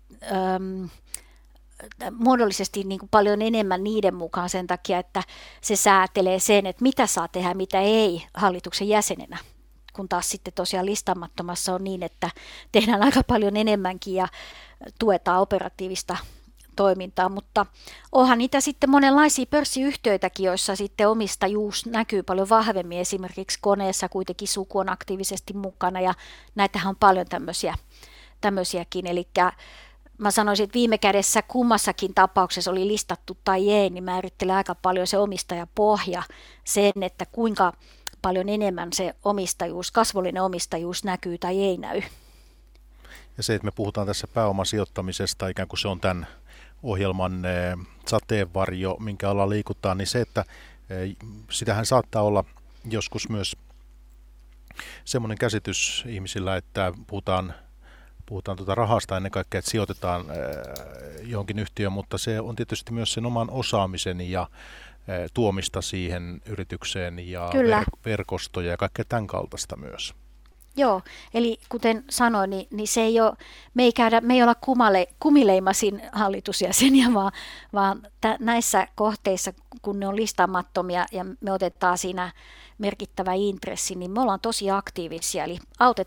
muodollisesti niin kuin paljon enemmän niiden mukaan sen takia, että se säätelee sen, että mitä saa tehdä, mitä ei hallituksen jäsenenä. Kun taas sitten tosiaan listaamattomassa on niin, että tehdään aika paljon enemmänkin ja tuetaan operatiivista toimintaa, mutta onhan niitä sitten monenlaisia pörssiyhtiöitäkin, joissa sitten omistajuus näkyy paljon vahvemmin. Esimerkiksi Koneessa kuitenkin suku on aktiivisesti mukana ja näitähän on paljon tämmöisiäkin. Eli mä sanoisin, että viime kädessä kummassakin tapauksessa oli listattu tai ei, niin määrittelee aika paljon se omistajapohja sen, että kuinka paljon enemmän se omistajuus, kasvollinen omistajuus näkyy tai ei näy. Ja se, että me puhutaan tässä pääomasijoittamisesta, ikään kuin se on tämän ohjelman sateenvarjo, minkä alla liikutaan, niin se, että sitähän saattaa olla joskus myös semmoinen käsitys ihmisillä, että puhutaan rahasta ennen kaikkea, että sijoitetaan johonkin yhtiöön, mutta se on tietysti myös sen oman osaamisen ja tuomista siihen yritykseen ja verkostoja ja kaikkea tämän kaltaista myös. Joo, eli kuten sanoin, niin se ei ole, me ei olla kumileimasin hallitusjäseniä, vaan näissä kohteissa, kun ne on listaamattomia ja me otetaan siinä merkittävä intressi, niin me ollaan tosi aktiivisia, eli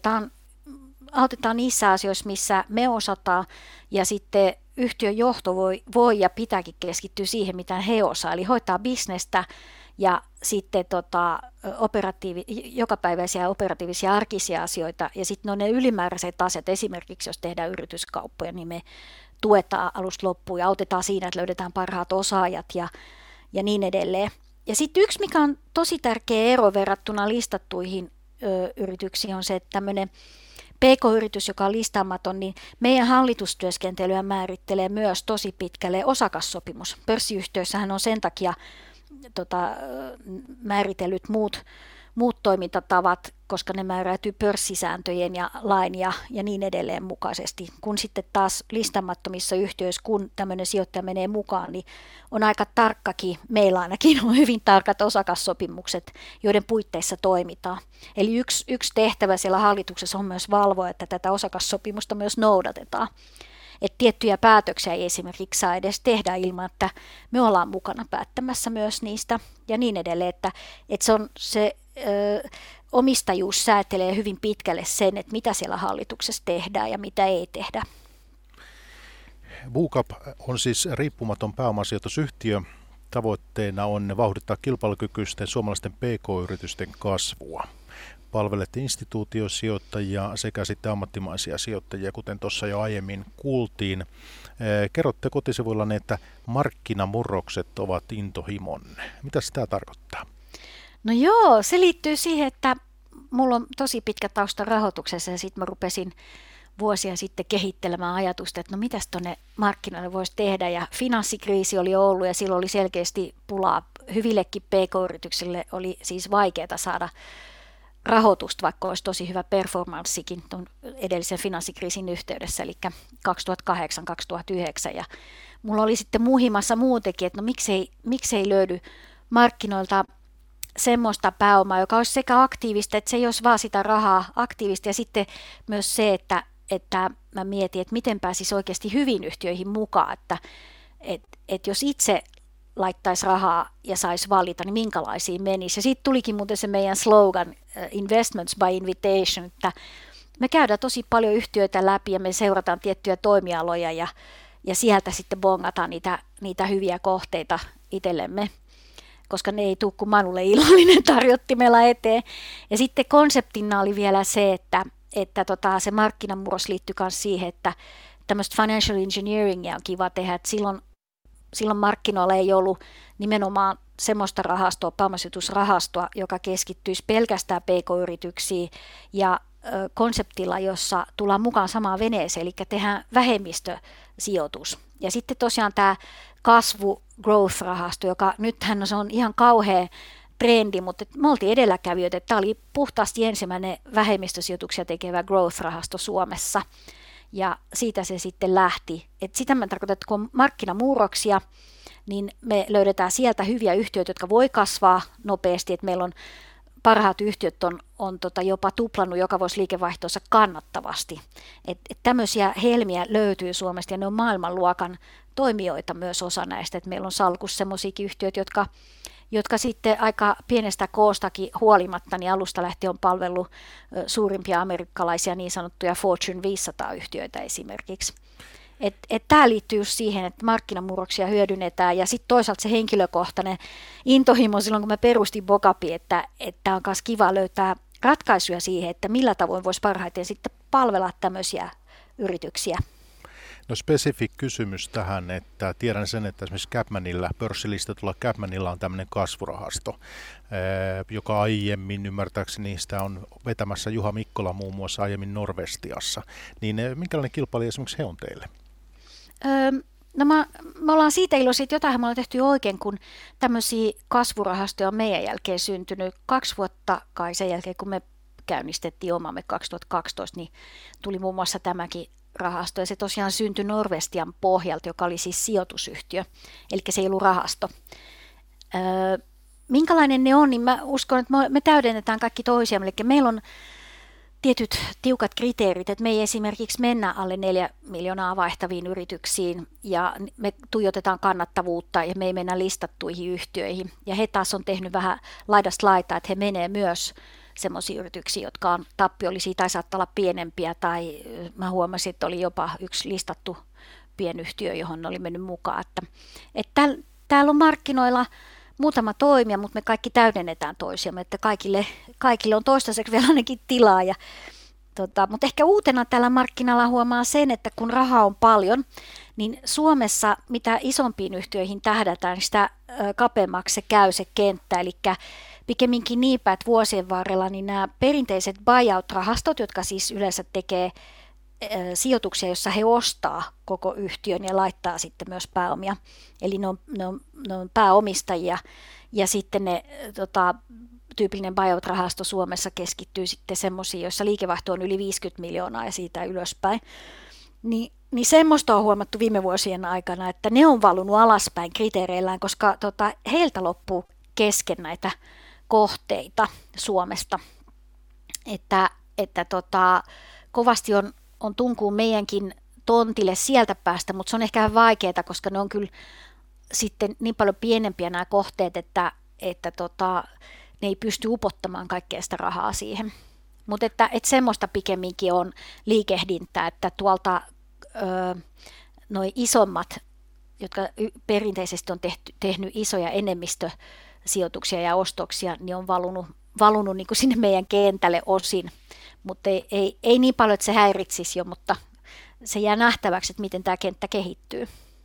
autetaan niissä asioissa, missä me osataan, ja sitten yhtiön johto voi ja pitääkin keskittyä siihen, mitä he osaa, eli hoitaa bisnestä ja sitten jokapäiväisiä operatiivisia arkisia asioita, ja sitten ne ylimääräiset asiat, esimerkiksi jos tehdään yrityskauppoja, niin me tuetaan alusta loppuun ja autetaan siinä, että löydetään parhaat osaajat ja niin edelleen. Ja sitten yksi, mikä on tosi tärkeä ero verrattuna listattuihin yrityksiin, on se, että tämmöinen PK-yritys, joka on listaamaton, niin meidän hallitustyöskentelyä määrittelee myös tosi pitkälle osakassopimus. Pörssiyhtiöissähän on sen takia määritellyt muut toimintatavat, koska ne määräytyy pörssisääntöjen ja lain ja niin edelleen mukaisesti. Kun sitten taas listaamattomissa yhtiöissä, kun tämmöinen sijoittaja menee mukaan, niin on aika tarkkakin, meillä ainakin on hyvin tarkat osakassopimukset, joiden puitteissa toimitaan. Eli yksi tehtävä siellä hallituksessa on myös valvoa, että tätä osakassopimusta myös noudatetaan. Että tiettyjä päätöksiä ei esimerkiksi saa edes tehdä ilman, että me ollaan mukana päättämässä myös niistä ja niin edelleen, että se omistajuus säätelee hyvin pitkälle sen, että mitä siellä hallituksessa tehdään ja mitä ei tehdä. Bucap on siis riippumaton pääomasijoitusyhtiö. Tavoitteena on vauhdittaa kilpailukykyisten suomalaisten PK-yritysten kasvua. Palvelette instituutiosijoittajia sekä sitten ammattimaisia sijoittajia, kuten tuossa jo aiemmin kuultiin. Kerrotte kotisivuillanne, että markkinamurrokset ovat intohimonne. Mitä tämä tarkoittaa? No joo, se liittyy siihen, että mulla on tosi pitkä tausta rahoituksessa ja sitten mä rupesin vuosia sitten kehittelemään ajatusta, että no mitäs tuonne markkinoille voisi tehdä, ja finanssikriisi oli ollut ja silloin oli selkeästi pulaa. Hyvillekin pk-yrityksille oli siis vaikeaa saada rahoitusta, vaikka olisi tosi hyvä performanssikin tuon edellisen finanssikriisin yhteydessä, eli 2008-2009, ja mulla oli sitten muhimassa muutenkin, että no miksei löydy markkinoilta semmoista pääomaa, joka olisi sekä aktiivista, että se ei olisi vaan sitä rahaa aktiivista, ja sitten myös se, että mä mietin, että miten pääsisi oikeasti hyvin yhtiöihin mukaan, että jos itse laittaisi rahaa ja saisi valita, niin minkälaisiin menisi. Ja siitä tulikin muuten se meidän slogan, Investments by Invitation, että me käydään tosi paljon yhtiöitä läpi ja me seurataan tiettyjä toimialoja ja sieltä sitten bongataan niitä hyviä kohteita itsellemme, koska ne ei tule kuin Manulle illallinen tarjottimella eteen. Ja sitten konseptina oli vielä se, että se markkinamurros liittyy myös siihen, että tämmöistä financial engineeringia on kiva tehdä, että silloin markkinoilla ei ollut nimenomaan semmoista rahastoa, pääomasijoitusrahastoa, joka keskittyisi pelkästään pk-yrityksiin ja konseptilla, jossa tullaan mukaan samaan veneeseen, eli tehdään vähemmistösijoitus. Ja sitten tosiaan tämä kasvu growth-rahasto, joka nythän se on ihan kauhea trendi, mutta me oltiin edelläkävijöitä, että tämä oli puhtaasti ensimmäinen vähemmistösijoituksia tekevä growth-rahasto Suomessa. Ja siitä se sitten lähti. Et sitä mä tarkoitan, että kun on markkinamuurroksia, niin me löydetään sieltä hyviä yhtiöitä, jotka voi kasvaa nopeasti. Et meillä on parhaat yhtiöt on jopa tuplannut joka vuosi liikevaihtonsa kannattavasti. Et tämmöisiä helmiä löytyy Suomesta ja ne on maailmanluokan toimijoita myös osa näistä. Et meillä on salkussa semmoisiakin yhtiöitä, jotka sitten aika pienestä koostakin huolimatta niin alusta lähtien on palvellut suurimpia amerikkalaisia niin sanottuja Fortune 500-yhtiöitä esimerkiksi. Tämä liittyy just siihen, että markkinamurroksia hyödynnetään ja sitten toisaalta se henkilökohtainen intohimo silloin, kun mä perustin Bokapi, että on myös kiva löytää ratkaisuja siihen, että millä tavoin voisi parhaiten sitten palvella tämmöisiä yrityksiä. No spesifi kysymys tähän, että tiedän sen, että esimerkiksi Capmanilla, pörssilistatulla Capmanilla on tämmöinen kasvurahasto, joka aiemmin ymmärtääkseni sitä on vetämässä Juha Mikkola muun muassa aiemmin Norvestiassa. Niin minkälainen kilpailija esimerkiksi he on teille? No me ollaan siitä iloisia, että jotain me ollaan tehty oikein, kun tämmöisiä kasvurahastoja on meidän jälkeen syntynyt 2 vuotta kai sen jälkeen, kun me käynnistettiin omamme 2012, niin tuli muun muassa tämäkin rahasto, ja se tosiaan syntyi Norvestian pohjalta, joka oli siis sijoitusyhtiö, eli se ei ollut rahasto. Minkälainen ne on, niin mä uskon, että me täydennetään kaikki toisiamme, eli meillä on tietyt tiukat kriteerit, että me ei esimerkiksi mennä alle 4 miljoonaa vaihtaviin yrityksiin, ja me tuijotetaan kannattavuutta, ja me ei mennä listattuihin yhtiöihin, ja he taas on tehnyt vähän laidasta laitaa, että he menee myös semmoisia yrityksiä, jotka on tappiollisia tai saattaa olla pienempiä, tai mä huomasin, että oli jopa yksi listattu pienyhtiö, johon oli mennyt mukaan. Että täällä on markkinoilla muutama toimija, mutta me kaikki täydennetään toisiamme, että kaikille on toistaiseksi vielä ainakin tilaa. Mutta ehkä uutena tällä markkinalla huomaa sen, että kun rahaa on paljon, niin Suomessa mitä isompiin yhtiöihin tähdätään, niin sitä kapeammaksi se käy se kenttä, eli pikemminkin niinpä, että vuosien varrella niin nämä perinteiset buyout-rahastot, jotka siis yleensä tekee sijoituksia, jossa he ostaa koko yhtiön ja laittaa sitten myös pääomia, eli ne on pääomistajia, ja sitten ne tyypillinen buyout-rahasto Suomessa keskittyy sitten semmoisiin, joissa liikevaihto on yli 50 miljoonaa ja siitä ylöspäin, niin semmoista on huomattu viime vuosien aikana, että ne on valunut alaspäin kriteereillään, koska heiltä loppuu kesken näitä kohteita Suomesta, että kovasti on tunkuu meidänkin tontille sieltä päästä, mutta se on ehkä vaikeaa, koska ne on kyllä sitten niin paljon pienempiä nämä kohteet, että ne ei pysty upottamaan kaikkea sitä rahaa siihen. Mutta että semmoista pikemminkin on liikehdintää, että tuolta noi isommat, jotka perinteisesti on tehnyt isoja enemmistösijoituksia ja ostoksia, niin on valunut niin kuin sinne meidän kentälle osin, mutta ei niin paljon, että se häiritsisi jo, mutta se jää nähtäväksi, että miten tämä kenttä kehittyy.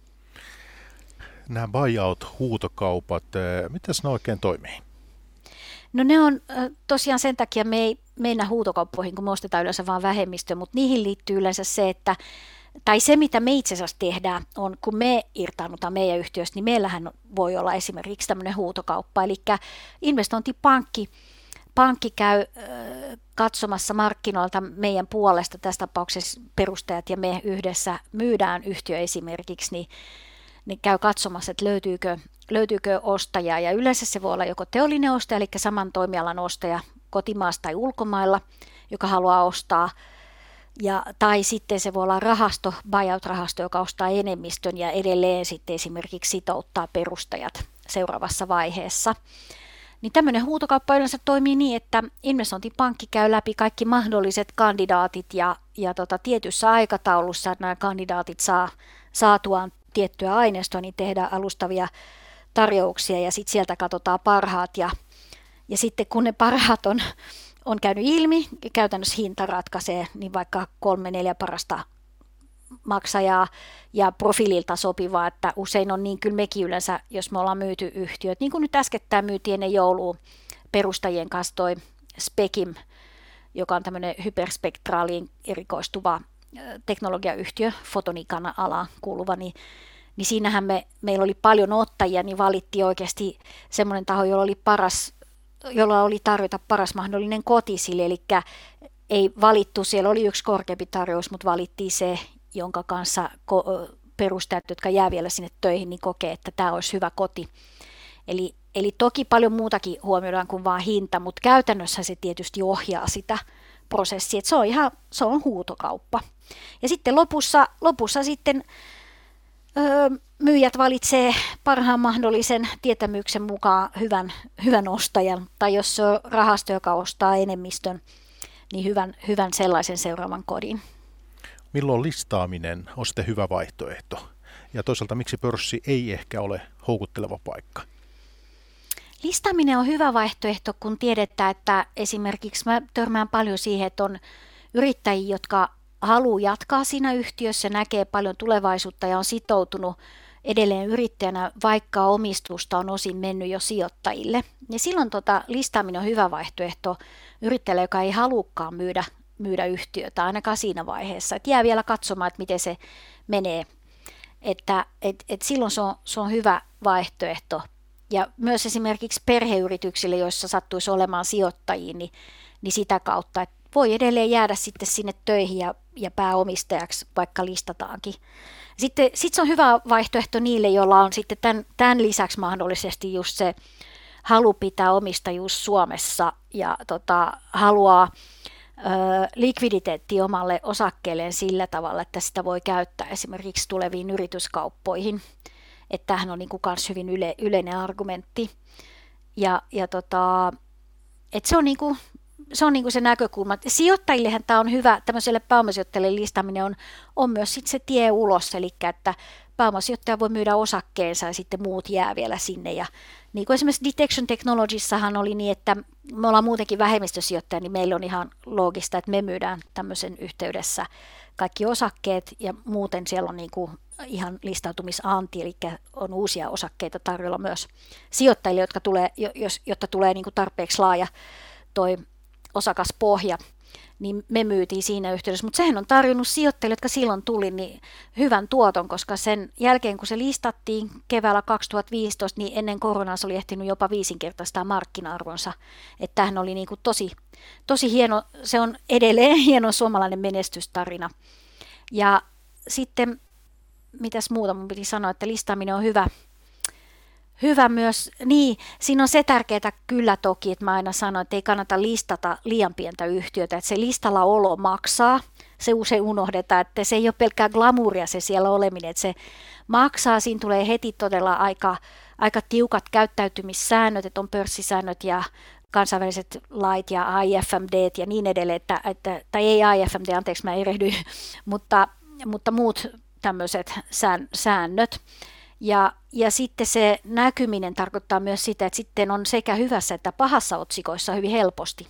Nämä buyout-huutokaupat, miten ne oikein toimii? No ne on tosiaan sen takia, me ei mennä huutokauppoihin, kun me ostetaan yleensä vain vähemmistö, mutta niihin liittyy yleensä se, tai se mitä me itse asiassa tehdään on, kun me irtaannutaan meidän yhtiöstä, niin meillähän voi olla esimerkiksi tämmöinen huutokauppa, eli investointipankki käy katsomassa markkinoilta meidän puolesta, tässä tapauksessa perustajat ja me yhdessä myydään yhtiö esimerkiksi, niin käy katsomassa, että löytyykö löytyykö ostajaa, ja yleensä se voi olla joko teollinen ostaja, eli saman toimialan ostaja kotimaassa tai ulkomailla, joka haluaa ostaa, tai sitten se voi olla rahasto, buyout-rahasto, joka ostaa enemmistön ja edelleen sitten esimerkiksi sitouttaa perustajat seuraavassa vaiheessa. Niin tämmöinen huutokauppa yleensä toimii niin, että investointipankki käy läpi kaikki mahdolliset kandidaatit ja tietyssä aikataulussa, että nämä kandidaatit saa saatuaan tiettyä aineistoa, niin tehdään alustavia tarjouksia ja sitten sieltä katsotaan parhaat ja sitten kun ne parhaat on käynyt ilmi, käytännössä hinta ratkaisee, niin vaikka 3-4 parasta maksajaa ja profiililta sopivaa, että usein on niin, kyllä mekin yleensä, jos me ollaan myyty yhtiöt, niin kuin nyt äskettäin myytiin ennen joulua perustajien kanssa toi Spekim, joka on tämmöinen hyperspektraaliin erikoistuva teknologiayhtiö, fotoniikan alaan kuuluva, niin siinähän meillä oli paljon ottajia, niin valittiin oikeasti semmoinen taho, jolla oli tarjota paras mahdollinen koti sille, eli ei valittu, siellä oli yksi korkeampi tarjous, mutta valittiin se, jonka kanssa perustajat, jotka jää vielä sinne töihin, niin kokee, että tämä olisi hyvä koti. Eli toki paljon muutakin huomioidaan kuin vain hinta, mutta käytännössä se tietysti ohjaa sitä prosessia, että se on huutokauppa. Ja sitten lopussa sitten myyjät valitsee parhaan mahdollisen tietämyksen mukaan hyvän ostajan, tai jos se on rahasto, joka ostaa enemmistön, niin hyvän sellaisen seuraavan kodin. Milloin listaaminen on sitten hyvä vaihtoehto? Ja toisaalta miksi pörssi ei ehkä ole houkutteleva paikka? Listaaminen on hyvä vaihtoehto, kun tiedetään, että esimerkiksi mä törmään paljon siihen, että on yrittäjiä, jotka haluaa jatkaa siinä yhtiössä, näkee paljon tulevaisuutta ja on sitoutunut edelleen yrittäjänä, vaikka omistusta on osin mennyt jo sijoittajille. Ja silloin listaaminen on hyvä vaihtoehto yrittäjälle, joka ei halukaan myydä yhtiötä ainakaan siinä vaiheessa. Et jää vielä katsomaan, että miten se menee. Että silloin se on hyvä vaihtoehto. Ja myös esimerkiksi perheyrityksille, joissa sattuisi olemaan sijoittajia, niin sitä kautta, että voi edelleen jäädä sitten sinne töihin ja pääomistajaksi, vaikka listataankin. Sitten se on hyvä vaihtoehto niille, joilla on sitten tämän lisäksi mahdollisesti just se halu pitää omistajuus Suomessa ja haluaa likviditeettiä omalle osakkeelleen sillä tavalla, että sitä voi käyttää esimerkiksi tuleviin yrityskauppoihin. Että tämähän on niinku kans hyvin yleinen argumentti. Että se on niinku se näkökulma. Sijoittajillehän tämä on hyvä, tämmöiselle pääomasijoittajalle listaaminen on myös sit se tie ulos, eli että pääomasijoittaja voi myydä osakkeensa ja sitten muut jää vielä sinne. Ja niin kuin esimerkiksi Detection Technologiessahan oli niin, että me ollaan muutenkin vähemmistösijoittaja, niin meillä on ihan loogista, että me myydään tämmöisen yhteydessä kaikki osakkeet ja muuten siellä on niinku ihan listautumisanti, eli on uusia osakkeita tarjolla myös sijoittajille, jotta tulee niinku tarpeeksi laaja toi osakaspohja, niin me myytiin siinä yhteydessä, mutta sehän on tarjonnut sijoittajille, jotka silloin tuli, niin hyvän tuoton, koska sen jälkeen kun se listattiin keväällä 2015, niin ennen koronaa se oli ehtinyt jopa 5-kertaistaa markkina-arvonsa, että tämähän oli niin kuin tosi hieno, se on edelleen hieno suomalainen menestystarina. Ja sitten, mitäs muuta mun piti sanoa, että listaaminen on hyvä myös, niin siinä on se tärkeää kyllä toki, että mä aina sanon, että ei kannata listata liian pientä yhtiötä, että se listalla olo maksaa, se usein unohdetaan, että se ei ole pelkkää glamouria se siellä oleminen, että se maksaa, siinä tulee heti todella aika tiukat käyttäytymissäännöt, että on pörssisäännöt ja kansainväliset lait ja IFMD ja niin edelleen, tai ei IFMD, anteeksi mä erehdyin, mutta muut tämmöiset säännöt. Ja sitten se näkyminen tarkoittaa myös sitä, että sitten on sekä hyvässä että pahassa otsikoissa hyvin helposti.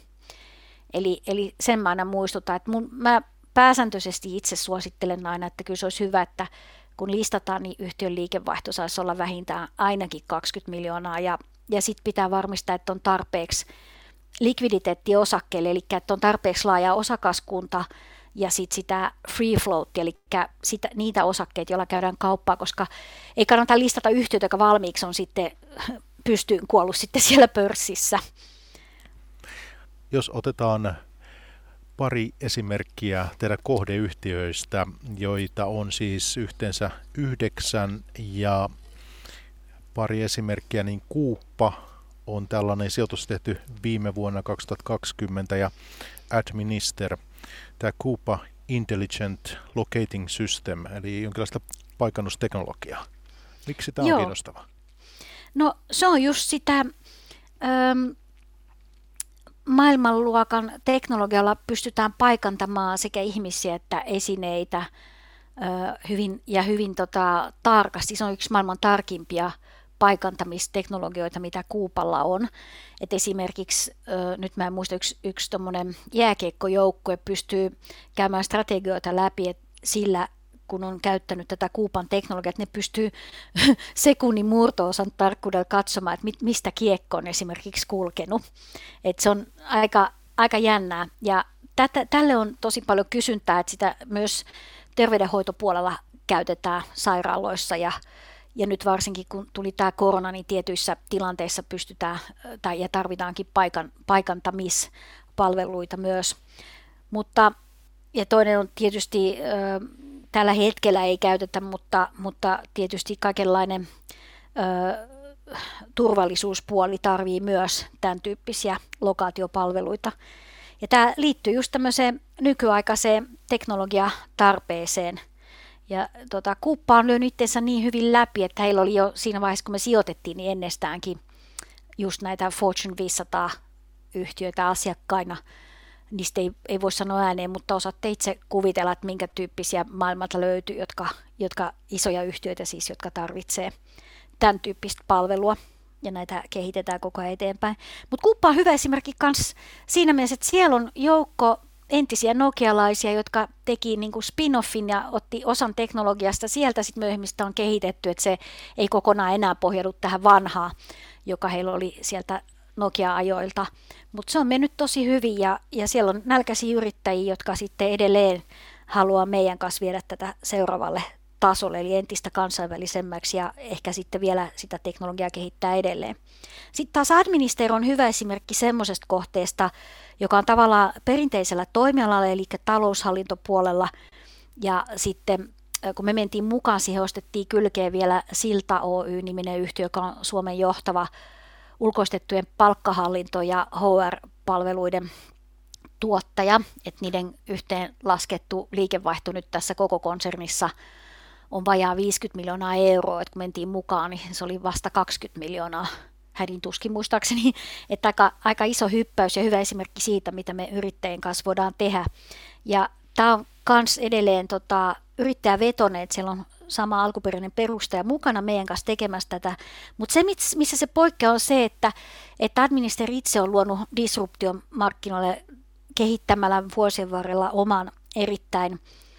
Eli sen mä aina muistutan, että mä pääsääntöisesti itse suosittelen aina, että kyllä se olisi hyvä, että kun listataan, niin yhtiön liikevaihto saisi olla vähintään ainakin 20 miljoonaa. Ja sitten pitää varmistaa, että on tarpeeksi likviditeettiä osakkeelle, eli että on tarpeeksi laaja osakaskunta, ja sitten sitä free float, eli niitä osakkeita, joilla käydään kauppaa, koska ei kannata listata yhtiötä, joka valmiiksi on sitten pystyyn kuollut sitten siellä pörssissä. Jos otetaan pari esimerkkiä teidän kohdeyhtiöistä, joita on siis yhteensä 9 ja pari esimerkkiä, niin Kuuppa on tällainen sijoitus tehty viime vuonna 2020 ja Administer, tämä Kuuppa Intelligent Locating System, eli jonkinlaista paikannusteknologiaa. Miksi tämä on kiinnostava? No se on just sitä maailmanluokan teknologialla pystytään paikantamaan sekä ihmisiä että esineitä hyvin tarkasti. Se on yksi maailman tarkimpia paikantamisteknologioita, mitä Kuupalla on. Et esimerkiksi, nyt mä en muista, yksi tommonen jääkiekkojoukkue pystyy käymään strategioita läpi sillä, kun on käyttänyt tätä Kuupan teknologiaa, että ne pystyy sekunnin murto-osan tarkkuudella katsomaan, että mistä kiekko on esimerkiksi kulkenut. Et se on aika jännää. Ja tälle on tosi paljon kysyntää, että sitä myös terveydenhoitopuolella käytetään sairaaloissa ja nyt varsinkin kun tuli tämä korona, niin tietyissä tilanteissa pystytään ja tarvitaankin paikantamispalveluita myös. Ja toinen on tietysti, tällä hetkellä ei käytetä, mutta tietysti kaikenlainen turvallisuuspuoli tarvii myös tämän tyyppisiä lokaatiopalveluita. Ja tämä liittyy just tämmöiseen nykyaikaiseen teknologiatarpeeseen. Ja Kuuppa on lyönyt itsensä niin hyvin läpi, että heillä oli jo siinä vaiheessa, kun me sijoitettiin, niin ennestäänkin just näitä Fortune 500-yhtiöitä asiakkaina. Niistä ei voi sanoa ääneen, mutta osaatte itse kuvitella, että minkä tyyppisiä maailmalta löytyy, jotka isoja yhtiöitä siis, jotka tarvitsee tämän tyyppistä palvelua. Ja näitä kehitetään koko ajan eteenpäin. Mutta Kuuppa on hyvä esimerkki myös siinä mielessä, että siellä on joukko entisiä nokialaisia, jotka teki niin kuin spin-offin ja otti osan teknologiasta. Sieltä sitten myöhemmin sitä on kehitetty, että se ei kokonaan enää pohjaudu tähän vanhaan, joka heillä oli sieltä Nokia-ajoilta. Mutta se on mennyt tosi hyvin ja siellä on nälkäisiä yrittäjiä, jotka sitten edelleen haluaa meidän kanssa viedä tätä seuraavalle tasolle, eli entistä kansainvälisemmäksi ja ehkä sitten vielä sitä teknologiaa kehittää edelleen. Sitten taas Administer on hyvä esimerkki semmoisesta kohteesta, joka on tavallaan perinteisellä toimialalla, eli taloushallintopuolella, ja sitten kun me mentiin mukaan, siihen ostettiin kylkeen vielä Silta Oy-niminen yhtiö, joka on Suomen johtava ulkoistettujen palkkahallinto- ja HR-palveluiden tuottaja, että niiden yhteen laskettu liikevaihto nyt tässä koko konsernissa on vajaa 50 miljoonaa euroa, että kun mentiin mukaan, niin se oli vasta 20 miljoonaa hädin tuskin muistaakseni, että aika iso hyppäys ja hyvä esimerkki siitä, mitä me yrittäjien kanssa voidaan tehdä. Ja tämä on myös edelleen yrittäjävetoinen, että siellä on sama alkuperäinen perustaja mukana meidän kanssa tekemässä tätä, mutta se, missä se poikkeaa, on se, että Administer itse on luonut disruption markkinoille kehittämällä vuosien varrella oman erittäin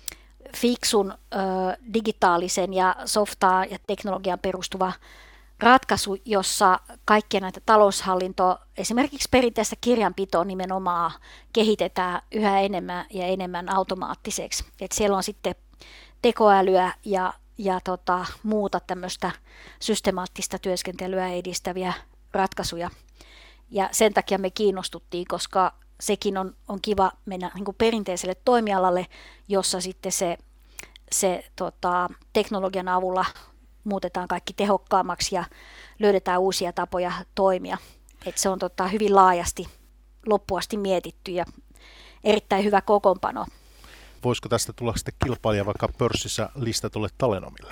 fiksun digitaalisen ja softaan ja teknologiaan perustuva ratkaisu, jossa kaikkia näitä taloushallintoa, esimerkiksi perinteistä kirjanpitoa nimenomaan kehitetään yhä enemmän ja enemmän automaattiseksi. Et siellä on sitten tekoälyä ja muuta tämmöistä systemaattista työskentelyä edistäviä ratkaisuja. Ja sen takia me kiinnostuttiin, koska sekin on kiva mennä niin kuin perinteiselle toimialalle, jossa sitten se teknologian avulla muutetaan kaikki tehokkaammaksi ja löydetään uusia tapoja toimia. Et se on hyvin laajasti loppuasti mietitty ja erittäin hyvä kokoonpano. Voisiko tästä tulla sitten kilpailija vaikka pörssissä listatulle Talenomille?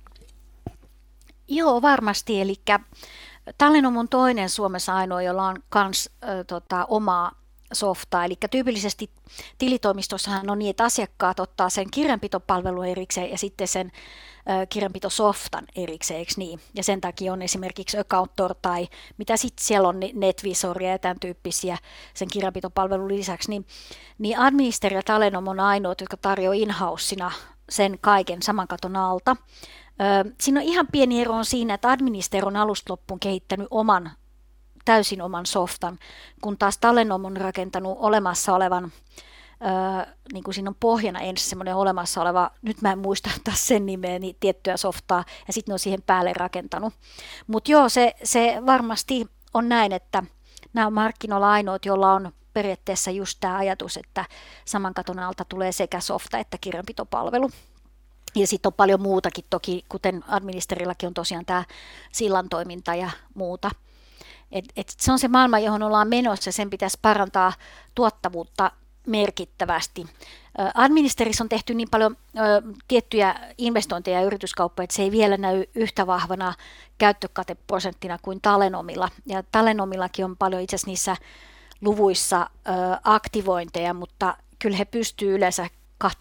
Joo, varmasti. Eli Talenom on toinen Suomessa ainoa, jolla on myös omaa softaa. Eli tyypillisesti tilitoimistossahan on niin, että asiakkaat ottaa sen kirjanpitopalvelun erikseen ja sitten sen kirjanpitosoftan erikseen, eikö niin? Ja sen takia on esimerkiksi Accountor tai mitä sitten siellä on NetVisoria ja tämän tyyppisiä sen kirjanpitopalvelun lisäksi, niin Administer ja Talenom on ainoat, jotka tarjoaa in-housena sen kaiken saman katon alta. Siinä on ihan pieni ero on siinä, että Administer on alusta loppuun kehittänyt täysin oman softan, kun taas Talenom on rakentanut olemassa olevan, niin kuin siinä on pohjana ensin semmoinen olemassa oleva, nyt mä en muista taas sen nimeä, niin tiettyä softaa, ja sitten ne on siihen päälle rakentanut. Mutta joo, se varmasti on näin, että nämä on markkinoilla ainoat, joilla on periaatteessa just tämä ajatus, että saman katon alta tulee sekä softa että kirjanpitopalvelu. Ja sitten on paljon muutakin toki, kuten administerillakin on tosiaan tämä sillan toiminta ja muuta. Se on se maailma, johon ollaan menossa, sen pitäisi parantaa tuottavuutta merkittävästi. Administerissa on tehty niin paljon tiettyjä investointeja ja yrityskauppoja, että se ei vielä näy yhtä vahvana käyttökateprosenttina kuin Talenomilla. Ja Talenomillakin on paljon itse asiassa niissä luvuissa aktivointeja, mutta kyllä he pystyvät yleensä 20-25%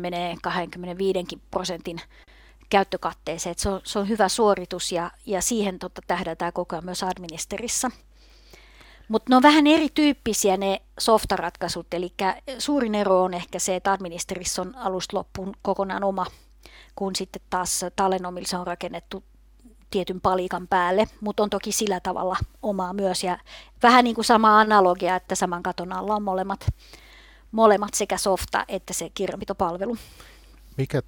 käyttökatteeseen. Että se on hyvä suoritus ja siihen tähdätään koko ajan myös administerissa. Mutta ne on vähän erityyppisiä ne softaratkaisut, eli suurin ero on ehkä se, että administerissa on alusta loppuun kokonaan oma, kun sitten taas Talenomilla se on rakennettu tietyn palikan päälle, mutta on toki sillä tavalla omaa myös. Ja vähän niin kuin sama analogia, että saman katon alla on molemmat sekä softa että se kirjanpitopalvelu. Mikä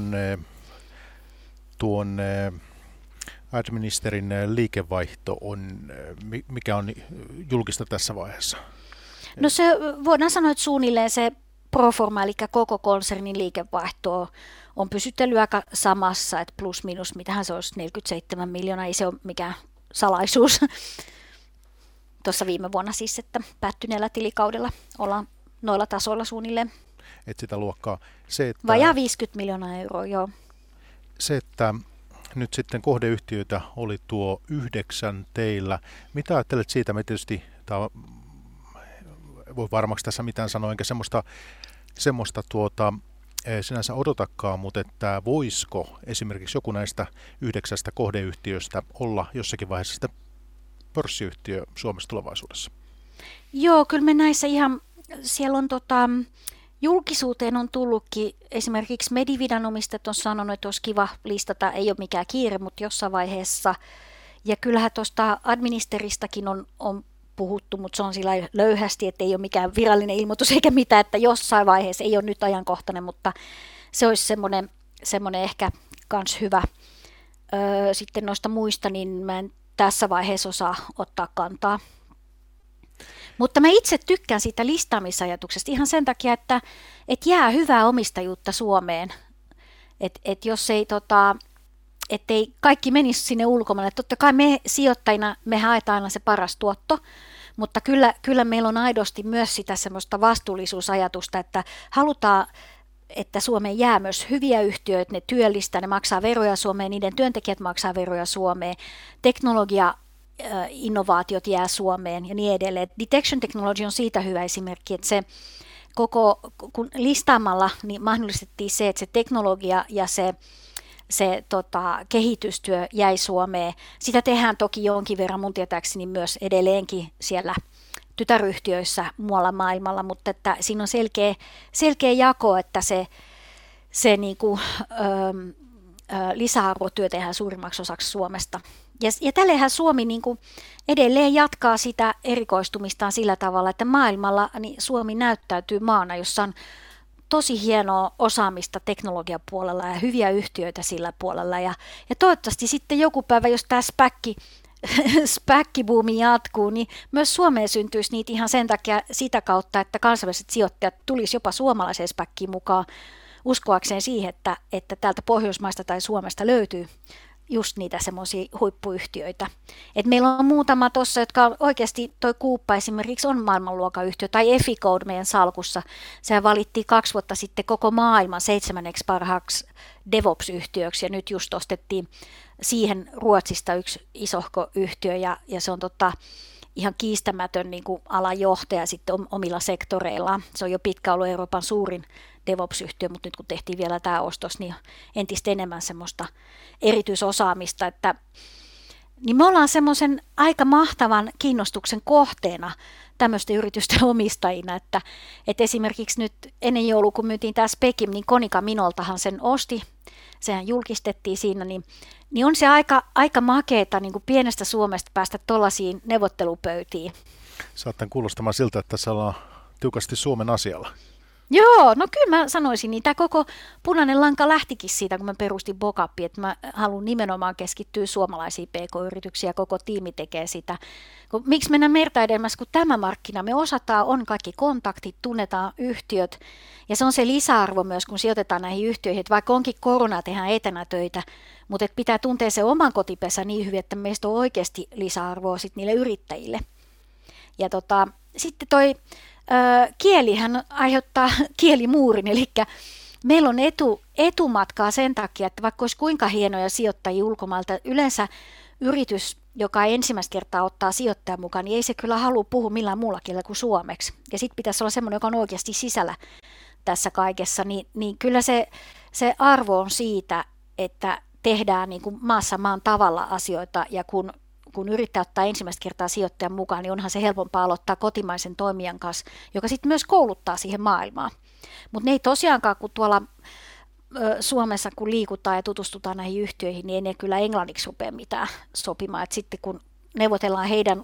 tuon administerin liikevaihto on, mikä on julkista tässä vaiheessa? No se voidaan sanoa, että suunnilleen se proforma, eli koko konsernin liikevaihto on pysytellyt aika samassa, että plus minus, mitähän se olisi, 47 miljoonaa, ei se ole mikään salaisuus. Tuossa viime vuonna siis, että päättyneellä tilikaudella ollaan noilla tasoilla suunnilleen. Et sitä luokkaa. Vajaa 50 miljoonaa euroa, joo. Se, että nyt sitten kohdeyhtiöitä oli tuo 9 teillä. Mitä ajattelet siitä? Me tietysti, voi varmaksi tässä mitään sanoa, enkä semmoista sinänsä odotakaan, mutta että voisiko esimerkiksi joku näistä 9 kohdeyhtiöistä olla jossakin vaiheessa sitten pörssiyhtiö Suomessa tulevaisuudessa? Joo, kyllä me näissä ihan, siellä on julkisuuteen on tullutkin, esimerkiksi Medividan-omistajat on sanonut, että olisi kiva listata, ei ole mikään kiire, mutta jossain vaiheessa. Ja kyllähän tuosta administeristakin on puhuttu, mutta se on sillä löyhästi, että ei ole mikään virallinen ilmoitus eikä mitään, että jossain vaiheessa ei ole nyt ajankohtainen, mutta se olisi semmoinen ehkä kans hyvä. Sitten noista muista, niin mä en tässä vaiheessa osaa ottaa kantaa. Mutta mä itse tykkään siitä listaamisajatuksesta ihan sen takia, että jää hyvää omistajuutta Suomeen. Et jos ei ettei kaikki menisi sinne ulkomaille. Totta kai me sijoittajina me haetaan aina se paras tuotto, mutta kyllä meillä on aidosti myös sitä semmoista vastuullisuusajatusta, että halutaan, että Suomeen jää myös hyviä yhtiöitä, ne työllistää, ne maksaa veroja Suomeen, niiden työntekijät maksaa veroja Suomeen, innovaatiot jää Suomeen ja niin edelleen. Detection Technology on siitä hyvä esimerkki, että se kun listaamalla niin mahdollistettiin se, että se teknologia ja se kehitystyö jäi Suomeen. Sitä tehdään toki jonkin verran mun tietääkseni myös edelleenkin siellä tytäryhtiöissä muualla maailmalla, mutta että siinä on selkeä jako, että se niinku, lisäarvotyö tehdään suurimmaksi osaksi Suomesta. Ja tälleenhän Suomi niinku edelleen jatkaa sitä erikoistumistaan sillä tavalla, että maailmalla niin Suomi näyttäytyy maana, jossa on tosi hienoa osaamista teknologiapuolella ja hyviä yhtiöitä sillä puolella. Ja toivottavasti sitten joku päivä, jos tämä späkkibuumi jatkuu, niin myös Suomeen syntyisi niitä ihan sen takia sitä kautta, että kansainväliset sijoittajat tulisi jopa suomalaiseen späkkiin mukaan uskoakseen siihen, että täältä Pohjoismaista tai Suomesta löytyy just niitä semmoisia huippuyhtiöitä. Et meillä on muutama tuossa, jotka oikeasti, toi Kuuppa esimerkiksi on maailmanluokan yhtiö, tai Efficode meidän salkussa. Sehän valittiin 2 vuotta sitten koko maailman 7. parhaaksi DevOps-yhtiöksi, ja nyt just ostettiin siihen Ruotsista yksi isohko yhtiö, ja se on ihan kiistämätön niin kuin alan johtaja sitten omilla sektoreillaan. Se on jo pitkä ollut Euroopan suurin DevOps-yhtiö, mutta nyt kun tehtiin vielä tämä ostos, niin entistä enemmän semmoista erityisosaamista, niin me ollaan semmoisen aika mahtavan kiinnostuksen kohteena tämmöisten yritysten omistajina, että esimerkiksi nyt ennen joulua, kun myytiin tämä Spekim, niin Konica Minoltahan sen osti, sehän julkistettiin siinä, niin on se aika makeeta niin kuin pienestä Suomesta päästä tuollaisiin neuvottelupöytiin. Saattaa kuulostamaan siltä, että tässä ollaan tiukasti Suomen asialla. Joo, no kyllä mä sanoisin, niin tämä koko punainen lanka lähtikin siitä, kun mä perustin Bocapin, että mä haluan nimenomaan keskittyä suomalaisiin pk-yrityksiin ja koko tiimi tekee sitä. Miksi mennä merta edemmäs kuin tämä markkina? Me osataan, on kaikki kontaktit, tunnetaan yhtiöt ja se on se lisäarvo myös, kun sijoitetaan näihin yhtiöihin, että vaikka onkin korona, tehdään etänä töitä, mutta että pitää tuntea se oman kotipesä niin hyvin, että meistä on oikeasti lisäarvoa sit niille yrittäjille. Ja sitten toi kielihän aiheuttaa kielimuurin, eli meillä on etumatkaa sen takia, että vaikka olisi kuinka hienoja sijoittajia ulkomailta, yleensä yritys, joka ensimmäistä kertaa ottaa sijoittajan mukaan, niin ei se kyllä halua puhua millään muulla kielellä kuin suomeksi. Ja sitten pitäisi olla semmoinen, joka on oikeasti sisällä tässä kaikessa, niin kyllä se arvo on siitä, että tehdään niin kuin maassa maan tavalla asioita, ja kun yrittää ottaa ensimmäistä kertaa sijoittajan mukaan, niin onhan se helpompaa aloittaa kotimaisen toimijan kanssa, joka sitten myös kouluttaa siihen maailmaan. Mutta ne ei tosiaankaan, kun tuolla Suomessa kun liikutaan ja tutustutaan näihin yhtiöihin, niin ei ne kyllä englanniksi rupea mitään sopimaan. Et sitten kun neuvotellaan heidän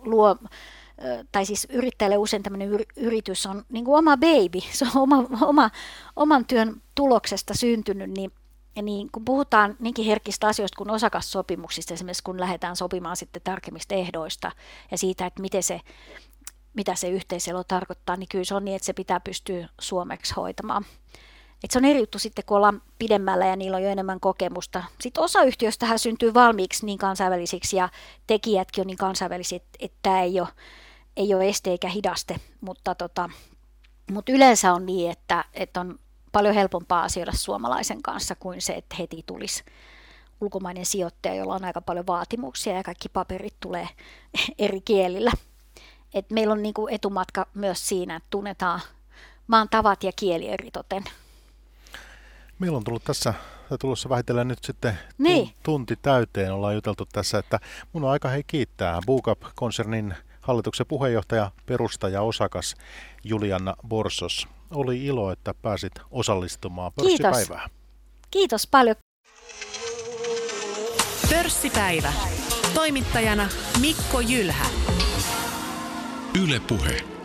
tai siis yrittäjälle usein tämmöinen yritys on niin kuin oma baby, se on oman työn tuloksesta syntynyt, niin kun puhutaan niinkin herkistä asioista kuin osakassopimuksista, esimerkiksi kun lähdetään sopimaan sitten tarkemmista ehdoista ja siitä, että mitä se yhteiselo tarkoittaa, niin kyllä se on niin, että se pitää pystyä suomeksi hoitamaan. Et se on eri juttu sitten, kun ollaan pidemmällä ja niillä on jo enemmän kokemusta. Sitten osa yhtiöistähän syntyy valmiiksi niin kansainvälisiksi ja tekijätkin on niin kansainvälisiä, että tämä ei ole este eikä hidaste, mutta yleensä on niin, että on paljon helpompaa asioida suomalaisen kanssa kuin se, että heti tulisi ulkomainen sijoittaja, jolla on aika paljon vaatimuksia ja kaikki paperit tulee eri kielillä. Et meillä on niinku etumatka myös siinä, että tunnetaan maan tavat ja kieli eritoten. Meillä on tullut tässä tulossa vähitellen nyt sitten tunti täyteen. Ollaan juteltu tässä, että mun on aika kiittää Bocap-konsernin hallituksen puheenjohtaja, perustaja, osakas Julianna Borsos. Oli ilo, että pääsit osallistumaan pörssipäivään. Kiitos paljon. Pörssipäivä. Toimittajana Mikko Jylhä. Yle Puhe.